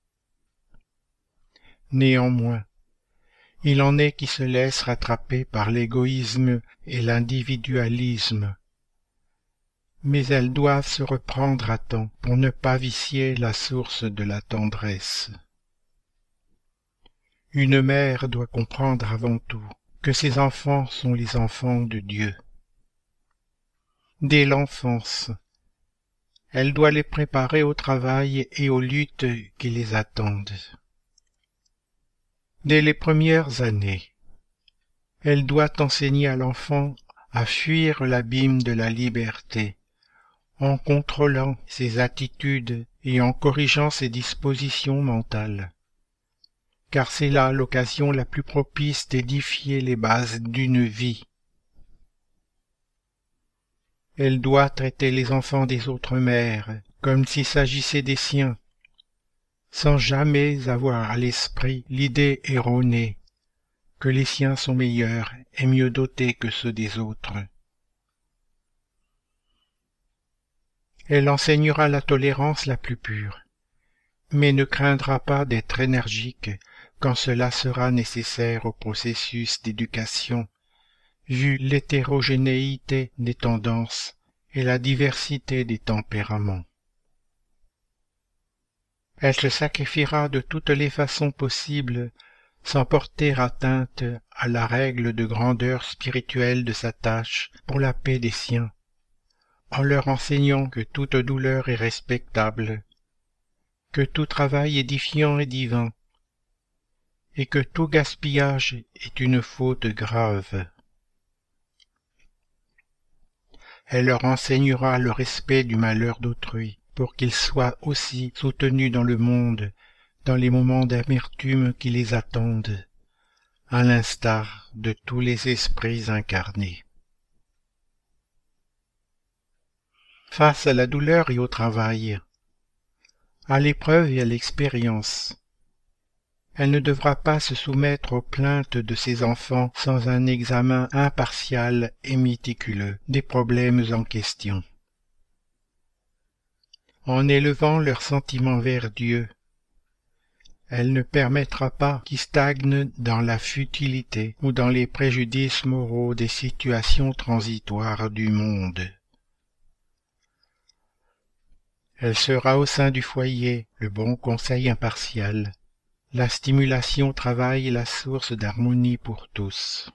Néanmoins, il en est qui se laissent rattraper par l'égoïsme et l'individualisme, mais elles doivent se reprendre à temps pour ne pas vicier la source de la tendresse. Une mère doit comprendre avant tout que ses enfants sont les enfants de Dieu. Dès l'enfance, elle doit les préparer au travail et aux luttes qui les attendent. Dès les premières années, elle doit enseigner à l'enfant à fuir l'abîme de la liberté, en contrôlant ses attitudes et en corrigeant ses dispositions mentales, car c'est là l'occasion la plus propice d'édifier les bases d'une vie. Elle doit traiter les enfants des autres mères comme s'il s'agissait des siens, sans jamais avoir à l'esprit l'idée erronée que les siens sont meilleurs et mieux dotés que ceux des autres. Elle enseignera la tolérance la plus pure, mais ne craindra pas d'être énergique quand cela sera nécessaire au processus d'éducation, vu l'hétérogénéité des tendances et la diversité des tempéraments. Elle se sacrifiera de toutes les façons possibles sans porter atteinte à la règle de grandeur spirituelle de sa tâche pour la paix des siens, en leur enseignant que toute douleur est respectable, que tout travail édifiant est divin, et que tout gaspillage est une faute grave. Elle leur enseignera le respect du malheur d'autrui, pour qu'ils soient aussi soutenus dans le monde, dans les moments d'amertume qui les attendent, à l'instar de tous les esprits incarnés. Face à la douleur et au travail, à l'épreuve et à l'expérience, elle ne devra pas se soumettre aux plaintes de ses enfants sans un examen impartial et méticuleux des problèmes en question. En élevant leurs sentiments vers Dieu, elle ne permettra pas qu'ils stagnent dans la futilité ou dans les préjudices moraux des situations transitoires du monde. Elle sera au sein du foyer le bon conseil impartial, la stimulation au travail et la source d'harmonie pour tous.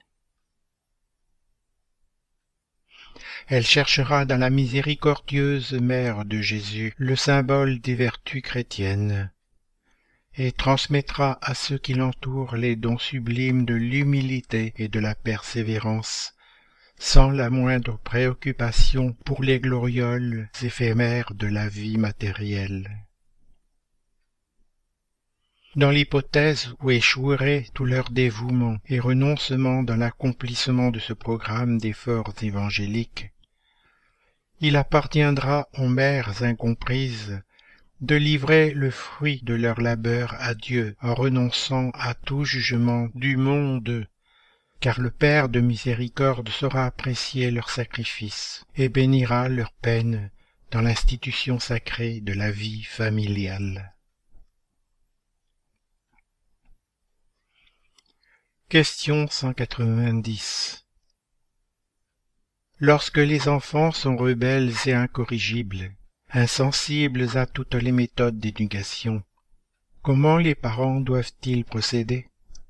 Elle cherchera dans la miséricordieuse Mère de Jésus le symbole des vertus chrétiennes et transmettra à ceux qui l'entourent les dons sublimes de l'humilité et de la persévérance, sans la moindre préoccupation pour les glorioles éphémères de la vie matérielle. Dans l'hypothèse où échouerait tout leur dévouement et renoncement dans l'accomplissement de ce programme d'efforts évangéliques, il appartiendra aux mères incomprises de livrer le fruit de leur labeur à Dieu en renonçant à tout jugement du monde, car le Père de miséricorde saura apprécier leur sacrifice et bénira leur peine dans l'institution sacrée de la vie familiale. Question 190. Lorsque les enfants sont rebelles et incorrigibles, insensibles à toutes les méthodes d'éducation, Comment les parents doivent-ils procéder?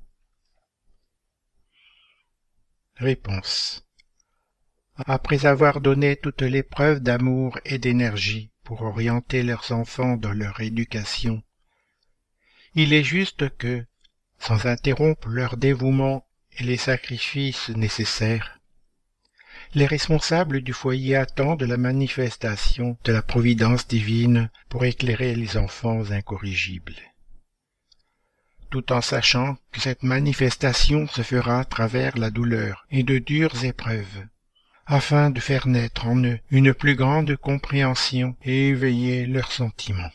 Réponse. Après avoir donné toutes les preuves d'amour et d'énergie pour orienter leurs enfants dans leur éducation, il est juste que, sans interrompre leur dévouement et les sacrifices nécessaires, les responsables du foyer attendent la manifestation de la providence divine pour éclairer les enfants incorrigibles, tout en sachant que cette manifestation se fera à travers la douleur et de dures épreuves, afin de faire naître en eux une plus grande compréhension et éveiller leurs sentiments.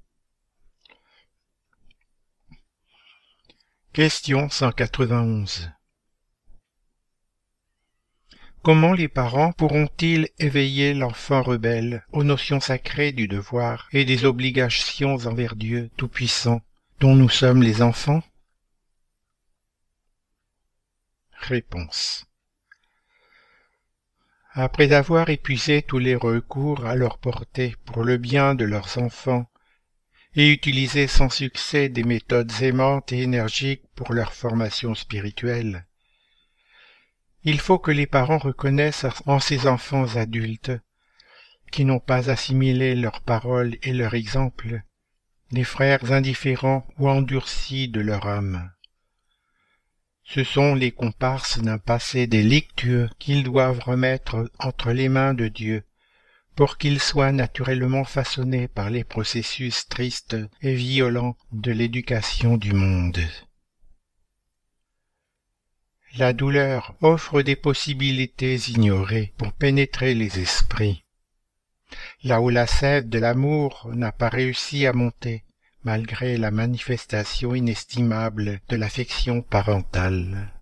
Question 191. Comment les parents pourront-ils éveiller l'enfant rebelle aux notions sacrées du devoir et des obligations envers Dieu Tout-Puissant, dont nous sommes les enfants? Réponse. Après avoir épuisé tous les recours à leur portée pour le bien de leurs enfants, et utilisé sans succès des méthodes aimantes et énergiques pour leur formation spirituelle, il faut que les parents reconnaissent en ces enfants adultes, qui n'ont pas assimilé leurs paroles et leur exemple, les frères indifférents ou endurcis de leur âme. Ce sont les comparses d'un passé délictueux qu'ils doivent remettre entre les mains de Dieu, pour qu'ils soient naturellement façonnés par les processus tristes et violents de l'éducation du monde. La douleur offre des possibilités ignorées pour pénétrer les esprits. Là où la sève de l'amour n'a pas réussi à monter, malgré la manifestation inestimable de l'affection parentale.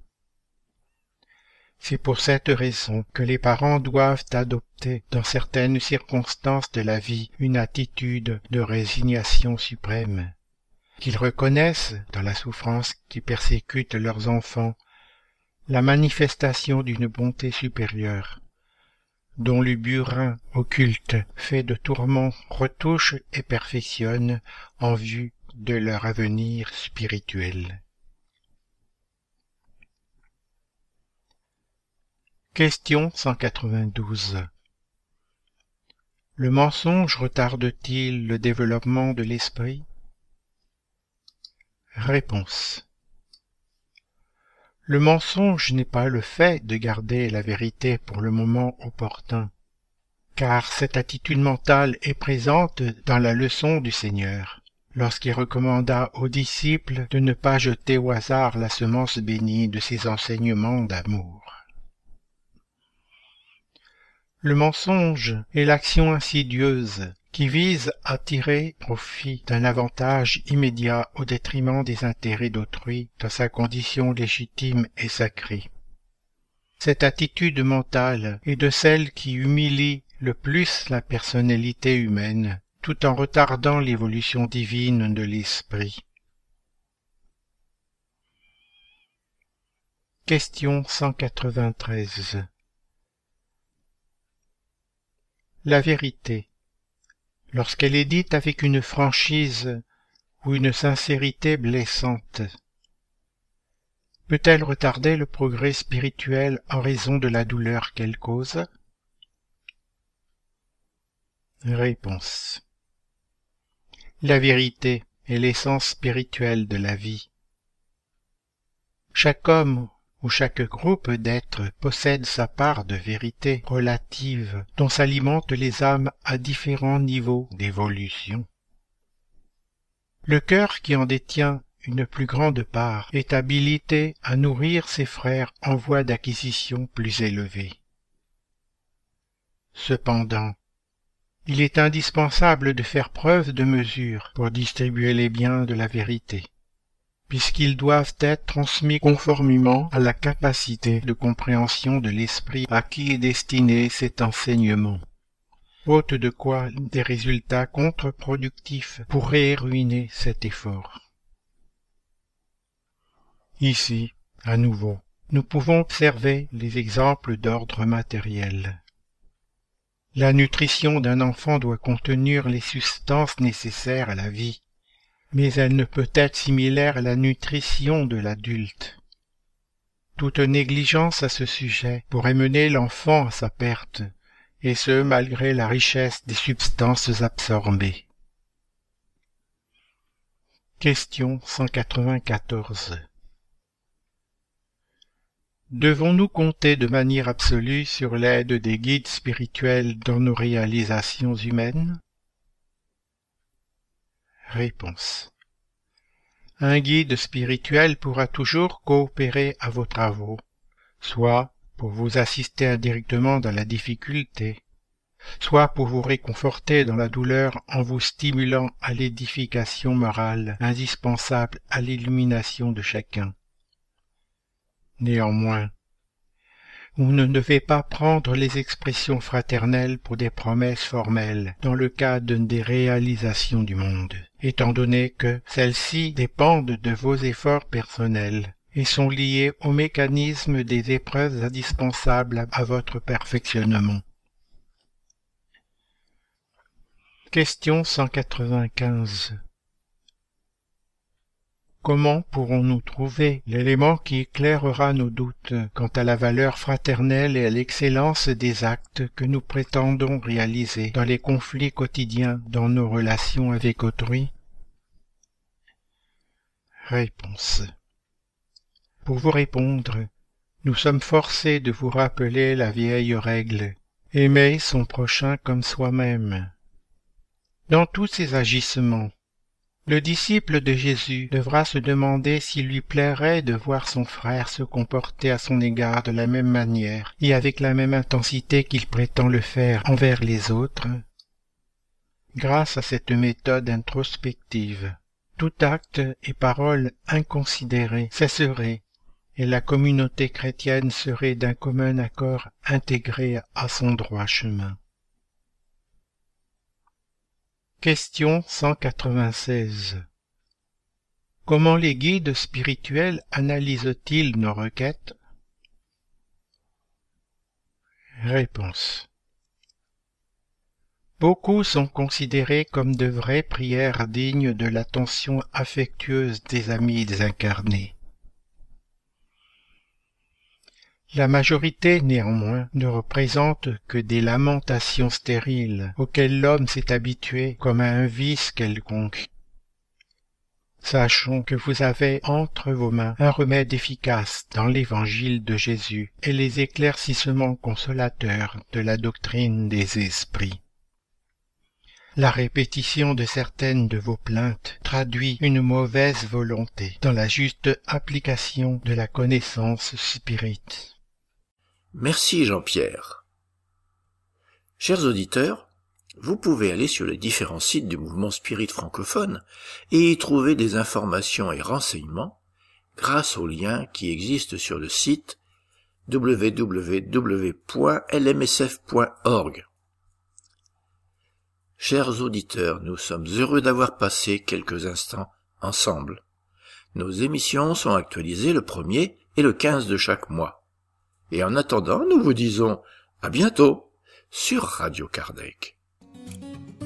C'est pour cette raison que les parents doivent adopter dans certaines circonstances de la vie une attitude de résignation suprême, qu'ils reconnaissent, dans la souffrance qui persécute leurs enfants, la manifestation d'une bonté supérieure, dont le burin occulte fait de tourments retouche et perfectionne en vue de leur avenir spirituel. Question 192. Le mensonge retarde-t-il le développement de l'esprit? Réponse. Le mensonge n'est pas le fait de garder la vérité pour le moment opportun, car cette attitude mentale est présente dans la leçon du Seigneur, lorsqu'il recommanda aux disciples de ne pas jeter au hasard la semence bénie de ses enseignements d'amour. Le mensonge est l'action insidieuse qui vise à tirer profit d'un avantage immédiat au détriment des intérêts d'autrui dans sa condition légitime et sacrée. Cette attitude mentale est de celle qui humilie le plus la personnalité humaine, tout en retardant l'évolution divine de l'esprit. Question 193. La vérité, lorsqu'elle est dite avec une franchise ou une sincérité blessante, peut-elle retarder le progrès spirituel en raison de la douleur qu'elle cause? Réponse. La vérité est l'essence spirituelle de la vie. Chaque homme où chaque groupe d'êtres possède sa part de vérité relative dont s'alimentent les âmes à différents niveaux d'évolution. Le cœur qui en détient une plus grande part est habilité à nourrir ses frères en voie d'acquisition plus élevée. Cependant, il est indispensable de faire preuve de mesure pour distribuer les biens de la vérité, puisqu'ils doivent être transmis conformément à la capacité de compréhension de l'esprit à qui est destiné cet enseignement, faute de quoi des résultats contre-productifs pourraient ruiner cet effort. Ici, à nouveau, nous pouvons observer les exemples d'ordre matériel. La nutrition d'un enfant doit contenir les substances nécessaires à la vie, mais elle ne peut être similaire à la nutrition de l'adulte. Toute négligence à ce sujet pourrait mener l'enfant à sa perte, et ce malgré la richesse des substances absorbées. Question 194. Devons-nous compter de manière absolue sur l'aide des guides spirituels dans nos réalisations humaines? Réponse. Un guide spirituel pourra toujours coopérer à vos travaux, soit pour vous assister indirectement dans la difficulté, soit pour vous réconforter dans la douleur en vous stimulant à l'édification morale indispensable à l'illumination de chacun. Néanmoins, vous ne devez pas prendre les expressions fraternelles pour des promesses formelles dans le cadre des réalisations du monde, étant donné que celles-ci dépendent de vos efforts personnels et sont liées au mécanisme des épreuves indispensables à votre perfectionnement. Question 195. Comment pourrons-nous trouver l'élément qui éclairera nos doutes quant à la valeur fraternelle et à l'excellence des actes que nous prétendons réaliser dans les conflits quotidiens dans nos relations avec autrui? Réponse. Pour vous répondre, nous sommes forcés de vous rappeler la vieille règle « Aimer son prochain comme soi-même ». Dans tous ses agissements, le disciple de Jésus devra se demander s'il lui plairait de voir son frère se comporter à son égard de la même manière et avec la même intensité qu'il prétend le faire envers les autres. Grâce à cette méthode introspective, tout acte et parole inconsidérés cesserait et la communauté chrétienne serait d'un commun accord intégrée à son droit chemin. Question 196. Comment les guides spirituels analysent-ils nos requêtes? Réponse. Beaucoup sont considérés comme de vraies prières dignes de l'attention affectueuse des amis désincarnés. La majorité, néanmoins, ne représente que des lamentations stériles auxquelles l'homme s'est habitué comme à un vice quelconque. Sachons que vous avez entre vos mains un remède efficace dans l'évangile de Jésus et les éclaircissements consolateurs de la doctrine des esprits. La répétition de certaines de vos plaintes traduit une mauvaise volonté dans la juste application de la connaissance spirite. Merci Jean-Pierre. Chers auditeurs, vous pouvez aller sur les différents sites du mouvement spirit francophone et y trouver des informations et renseignements grâce aux liens qui existent sur le site www.lmsf.org. Chers auditeurs, nous sommes heureux d'avoir passé quelques instants ensemble. Nos émissions sont actualisées le 1er et le 15 de chaque mois. Et en attendant, nous vous disons à bientôt sur Radio Kardec.